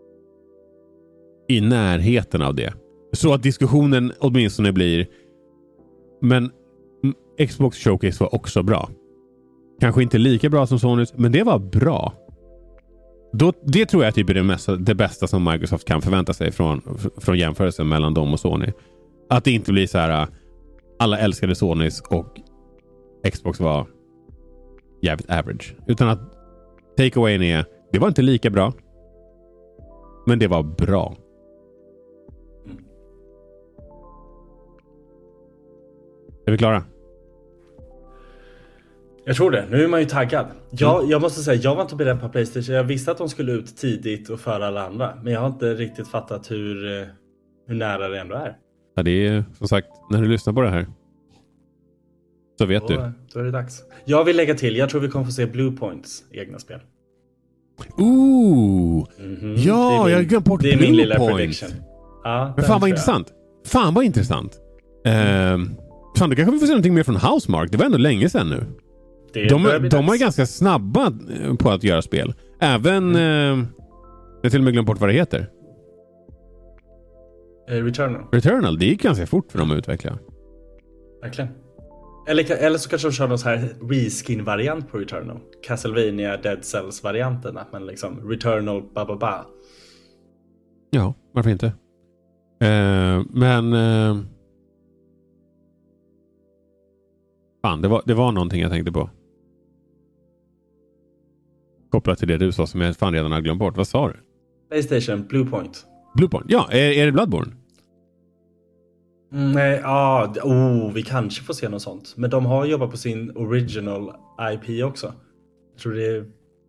i närheten av det. Så att diskussionen åtminstone blir men Xbox Showcase var också bra. Kanske inte lika bra som Sonys, men det var bra. Då, det tror jag typ är det, mesta, det bästa som Microsoft kan förvänta sig från, från jämförelsen mellan dem och Sony. Att det inte blir så här alla älskade Sonys och Xbox var jävligt average. Utan att takeawayen är det var inte lika bra, men det var bra. Är vi klara?
Jag tror det. Nu är man ju taggad. Jag, jag måste säga, jag var inte beredd på PlayStation. Jag visste att de skulle ut tidigt och före alla andra. Men jag har inte riktigt fattat hur, hur nära det ändå är.
Ja, det är som sagt, när du lyssnar på det här så vet då, du.
Då är det dags. Jag vill lägga till, jag tror vi kommer få se Bluepoints egna spel.
Ooh! Mm-hmm. Ja, min, jag glömde bort
det är
Blue
min lilla
Point.
prediction. Ja,
men fan vad intressant. Fan vad intressant. Mm. Uh, fan, då kanske vi får se någonting mer från Housemarque. Det var ändå länge sedan nu. Det de de är ganska snabba på att göra spel. Även... Mm. Uh, jag till och med glömt bort vad det heter.
Uh, Returnal.
Returnal, det gick ganska fort för dem att utveckla.
Verkligen. Eller, eller så kanske de kör någon så här reskin-variant på Returnal. Castlevania, Dead Cells-varianten. Men liksom Returnal, ba ba ba.
Ja, varför inte? Uh, men... Uh... Fan, det var, det var någonting jag tänkte på. Kopplat till det du sa som jag fan redan har glömt bort. Vad sa du?
PlayStation, Bluepoint.
Bluepoint, ja. Är, är det Bloodborne?
Mm, nej, ja. Oh, vi kanske får se något sånt. Men de har jobbat på sin original I P också. Jag tror det är...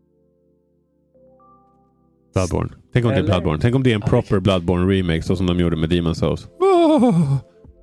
Bloodborne. Tänk om Eller... det är Bloodborne. Tänk om det är en proper Bloodborne remake så som de gjorde med Demon's Souls. Oh!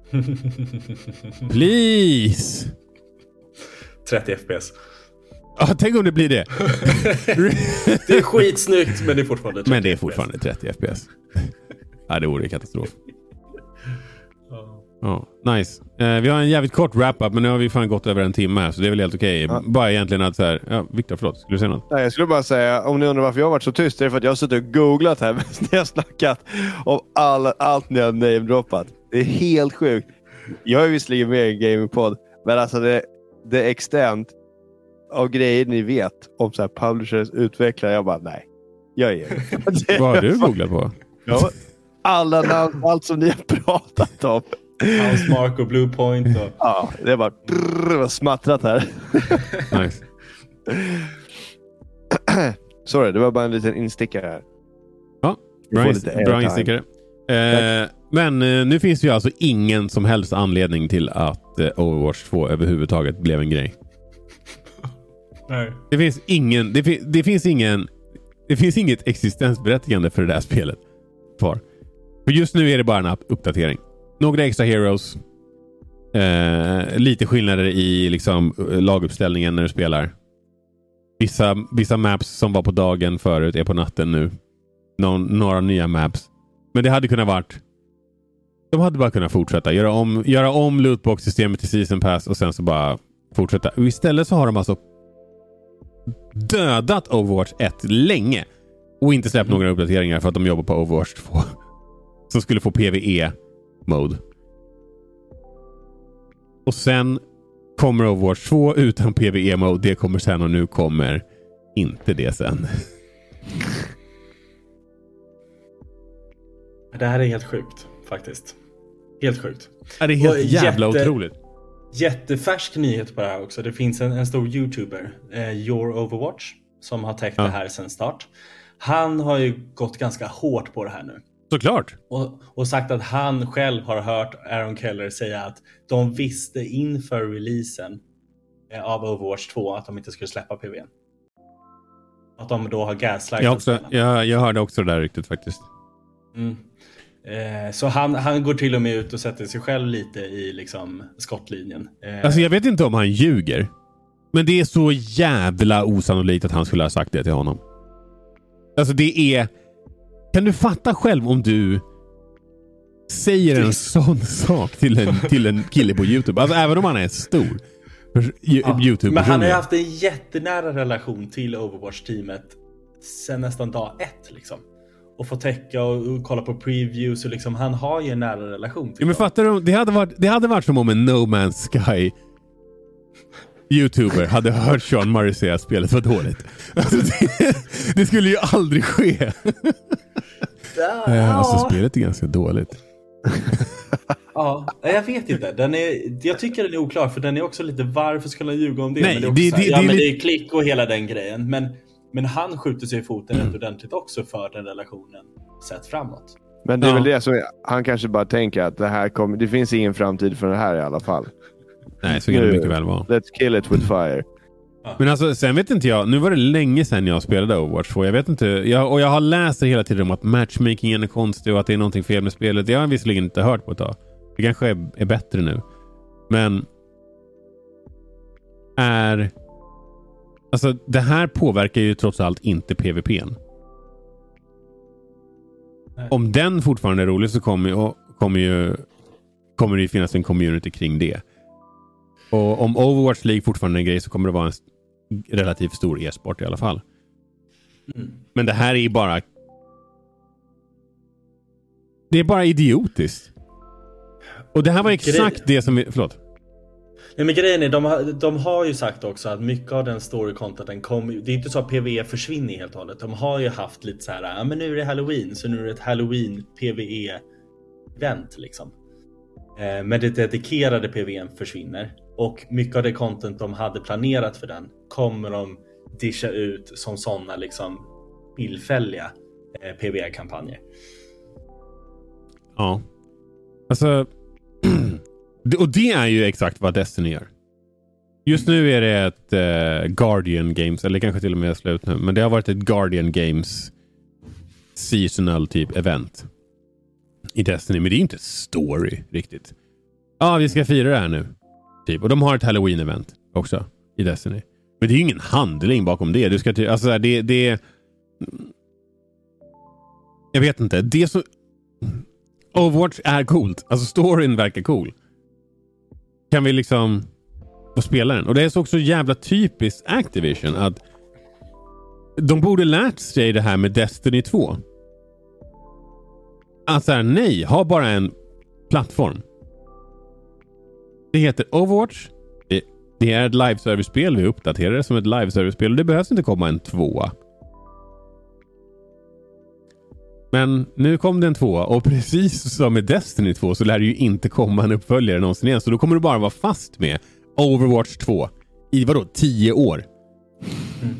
Please!
trettio F P S.
Ja, tänk om det blir det.
Det är skitsnyggt, men det är fortfarande trettio
Men det är fortfarande trettio F P S. Ja, det vore katastrof. Ja, nice. Eh, vi har en jävligt kort wrap-up, men nu har vi fan gått över en timme här, så det är väl helt okej. Okay. Ja. Bara egentligen att så här... Ja, Victor, förlåt. Skulle du säga något?
Nej, jag skulle bara säga, om ni undrar varför jag har varit så tyst, det är för att jag har suttit och googlat här medan ni har snackat om all, allt ni har namedroppat. Det är helt sjukt. Jag är visserligen med i en gamingpodd, men alltså det, det är extremt av grejer ni vet om så här publishers, utvecklare. Jag bara, nej. Jag är
Vad har du googlat på?
Ja, alla namn, allt som ni har pratat om.
Housemark och Bluepoint. Och...
Ja, det är bara drrr, smattrat här.
Nice.
Sorry, det var bara en liten instickare här.
Ja, bra, bra instickare. Eh, men eh, nu finns det ju alltså ingen som helst anledning till att eh, Overwatch två överhuvudtaget blev en grej.
Nej.
Det finns ingen, det, fi, det finns ingen, det finns inget existensberättigande för det där spelet kvar. För just nu är det bara en uppdatering. Några extra heroes. Eh, lite skillnader i liksom, laguppställningen när du spelar. Vissa, vissa maps som var på dagen förut är på natten nu. Någon, några nya maps. Men det hade kunnat varit... De hade bara kunnat fortsätta. Göra om, göra om lootbox-systemet till Season Pass och sen så bara fortsätta. Och istället så har de alltså dödat Overwatch ett länge. Och inte släppt mm. några uppdateringar för att de jobbar på Overwatch två. Som skulle få PvE-mode. Och sen kommer Overwatch två utan PvE-mode. Det kommer sen och nu kommer inte det sen.
Det här är helt sjukt faktiskt. Helt sjukt.
Ja, det är helt och jävla jätte, otroligt.
Jättefärsk nyhet på det här också. Det finns en, en stor YouTuber, eh, Your Overwatch, som har täckt ja. det här sedan start. Han har ju gått ganska hårt på det här nu.
Såklart.
Och, och sagt att han själv har hört Aaron Keller säga att de visste inför releasen av Overwatch två att de inte skulle släppa P V. Att de då har gaslightat.
Jag, också, jag, jag hörde också det där riktigt faktiskt.
Mm. Eh, så han, han går till och med ut och sätter sig själv lite i liksom skottlinjen. Eh,
alltså jag vet inte om han ljuger. Men det är så jävla osannolikt att han skulle ha sagt det till honom. Alltså det är... Kan du fatta själv om du säger en sån sak till en, till en kille på YouTube? Alltså även om han är stor
ja,
YouTube.
Men han har ju haft en jättenära relation till Overwatch-teamet sen nästan dag ett liksom. Och få täcka och, och kolla på previews och liksom, han har ju en nära relation till
ja, men fattar du? Det hade, varit, det hade varit som om en No Man's Sky YouTuber hade hört Sean Murray säga att spelet var dåligt. Alltså det, det skulle ju aldrig ske.
Ja,
äh, alltså spelet är ganska dåligt.
Ja, jag vet inte. Den är, jag tycker den är oklar, för den är också lite, varför skulle han ljuga om det?
Nej,
men det, är också
det,
så här,
det,
ja,
det,
men
det
det är klick och hela den grejen. Men, men han skjuter sig i foten rätt ordentligt också för den relationen sett framåt.
Men det är
ja.
väl det som han kanske bara tänker att det här kommer, det finns ingen framtid för det här i alla fall.
Nej, så kan det mycket väl vara.
Let's kill it with fire.
Men alltså, sen vet inte jag, nu var det länge sedan jag spelade Overwatch två. Jag vet inte, jag, och jag har läst det hela tiden om att matchmakingen är konstig och att det är någonting fel med spelet. Det har jag visserligen inte hört på ett tag. Det kanske är, är bättre nu. Men är... Alltså, det här påverkar ju trots allt inte PvP:n. Nej. Om den fortfarande är rolig så kommer ju, kommer ju kommer det ju finnas en community kring det. Och om Overwatch League fortfarande är en grej så kommer det vara en relativt stor e-sport i alla fall. Mm. Men det här är ju bara... Det är bara idiotiskt. Och det här var exakt Gre- det som... Vi, förlåt.
Nej, men grejen är, de har, de har ju sagt också att mycket av den story-contenten kommer... Det är inte så att PvE försvinner helt och hållet. De har ju haft lite så här, ja men nu är det Halloween, så nu är det ett Halloween-PvE-event liksom. Eh, men det dedikerade PvEn försvinner. Och mycket av det content de hade planerat för den kommer de discha ut som sådana liksom tillfälliga eh, PvE-kampanjer.
Ja. Alltså... och det är ju exakt vad Destiny gör. Just nu är det ett uh, Guardian Games, eller kanske till och med slut nu, men det har varit ett Guardian Games seasonal typ event i Destiny, men det är inte story riktigt. Ja, vi ska fira det här nu. Typ. Och de har ett Halloween-event också i Destiny. Men det är ju ingen handling bakom det. Du ska ty- alltså det det jag vet inte. Det är så Overwatch är coolt. Alltså storyn verkar cool. Kan vi liksom få spela den? Och det är så också jävla typiskt Activision att de borde lärt sig det här med Destiny två. Att så här, nej, ha bara en plattform. Det heter Overwatch. Det, det är ett live-service-spel. Vi uppdaterar det som ett live-service-spel och det behövs inte komma en tvåa. Men nu kom det en tvåa och precis som med Destiny två så lär det ju inte komma en uppföljare någonsin igen. Så då kommer du bara vara fast med Overwatch två i vadå, tio år?
Mm.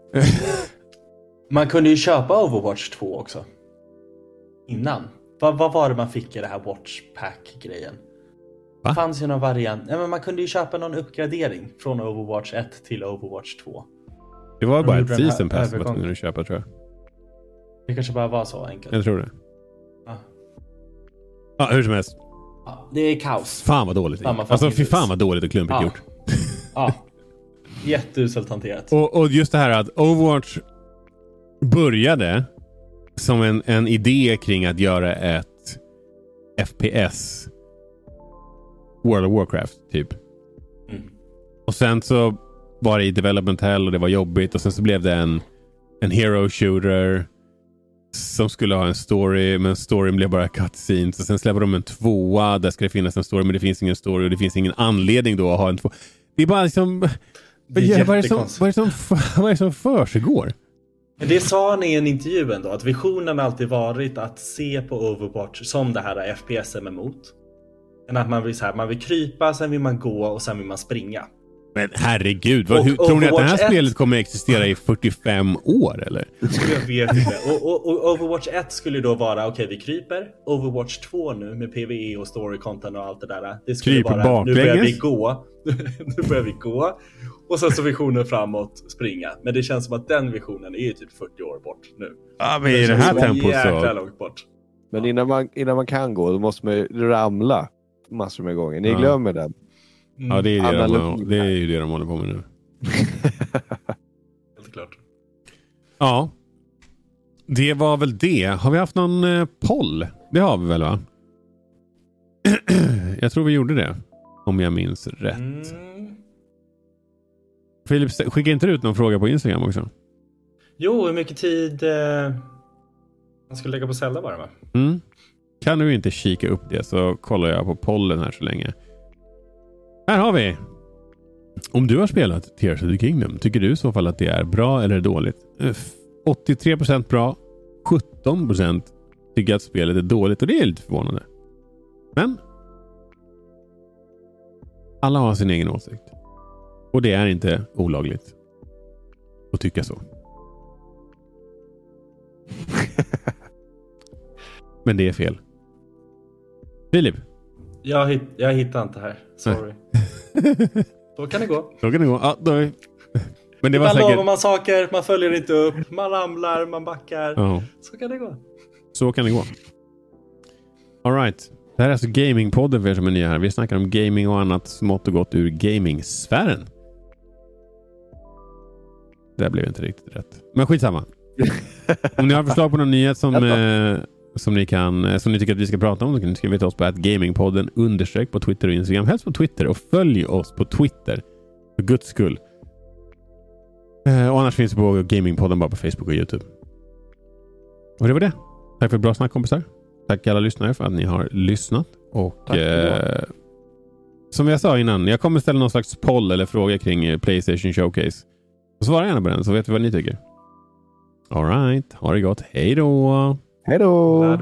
Man kunde ju köpa Overwatch två också. Innan. Vad, vad var det man fick i det här Watch Pack-grejen? Va? Det fanns ju någon variant. Nej, men man kunde ju köpa någon uppgradering från Overwatch ett till Overwatch två.
Det var bara ett season pass man kunde köpa, tror jag.
Det kanske bara var så enkelt.
Jag tror det.
Ja,
ja hur som helst.
Ja, det är kaos.
Fan vad dåligt. Alltså fy fan vad dåligt och klumpigt
ja.
gjort.
Ja. Jätteuselt hanterat.
Och, och just det här att Overwatch började som en, en idé kring att göra ett F P S World of Warcraft typ. Mm. Och sen så var det i development hell och det var jobbigt och sen så blev det en en hero shooter som skulle ha en story, men storyn blev bara cutscenes och sen släpper de en tvåa, där ska det finnas en story men det finns ingen story och det finns ingen anledning då att ha en tvåa. Det är bara liksom det är vad är det som vad är det som vad är det som försiggår?
Det sa ni i en intervju ändå, att visionen alltid varit att se på Overwatch som det här F P S-M M O-t. Än att man vill så här, man vill krypa, sen vill man gå och sen vill man springa.
Men herregud, vad, hur, tror ni att det här ett... spelet kommer att existera i fyrtiofem år eller?
Jag vet inte. Och, och, och Overwatch ett skulle då vara, okej okay, vi kryper. Overwatch två nu med P V E och story content och allt det där. Det skulle
kryper
vara,
baklänges.
Nu börjar vi gå. Nu börjar vi gå. Och sen så visionen framåt, springa. Men det känns som att den visionen är ju typ fyrtio år bort nu.
Ja, men i det här tempot
så. Långt bort.
Men innan man, innan man kan gå, då måste man ju ramla massor med gånger. Ni
ja.
glömmer den.
Mm. Ja, det är, det, de, det är ju det de håller på med nu.
Helt klart.
Ja. Det var väl det. Har vi haft någon eh, poll? Det har vi väl, va? Jag tror vi gjorde det. Om jag minns rätt. Mm. Filip, skickar inte ut någon fråga på Instagram också?
Jo, hur mycket tid eh, man skulle lägga på Zelda bara, va?
Mm. Kan du inte kika upp det så kollar jag på pollen här så länge. Här har vi. Om du har spelat Tears of the Kingdom, tycker du i så fall att det är bra eller dåligt? åttiotre procent bra, sjutton procent tycker att spelet är dåligt och det är lite förvånande. Men alla har sin egen åsikt. Och det är inte olagligt att tycka så. Men det är fel. Filip?
Jag, hitt, jag hittar inte här. Sorry. Då kan det gå.
Då kan det gå. Ja, då är... Men det var
man
säkert...
lovar man saker, man följer inte upp, man ramlar, man backar.
Oh.
Så kan det gå.
Så kan det gå. All right. Det här är alltså Gamingpodden för er som är nya här. Vi snackar om gaming och annat smått och gott ur gamingsfären. Det blev inte riktigt rätt. Men skitsamma. Om ni har förslag på någon nyhet som, eh, som, ni kan, som ni tycker att vi ska prata om, då kan ni skriva till oss på att gamingpodden understreck på Twitter och Instagram. Helst på Twitter. Och följ oss på Twitter. För guds skull. Eh, och annars finns det på Gamingpodden bara på Facebook och YouTube. Och det var det. Tack för ett bra snack, kompisar. Tack alla lyssnare för att ni har lyssnat. Och eh, som jag sa innan, jag kommer ställa någon slags poll eller fråga kring PlayStation Showcase. Och svara gärna på den så vet vi vad ni tycker. All right, ha det gott. Hej då!
Hej då!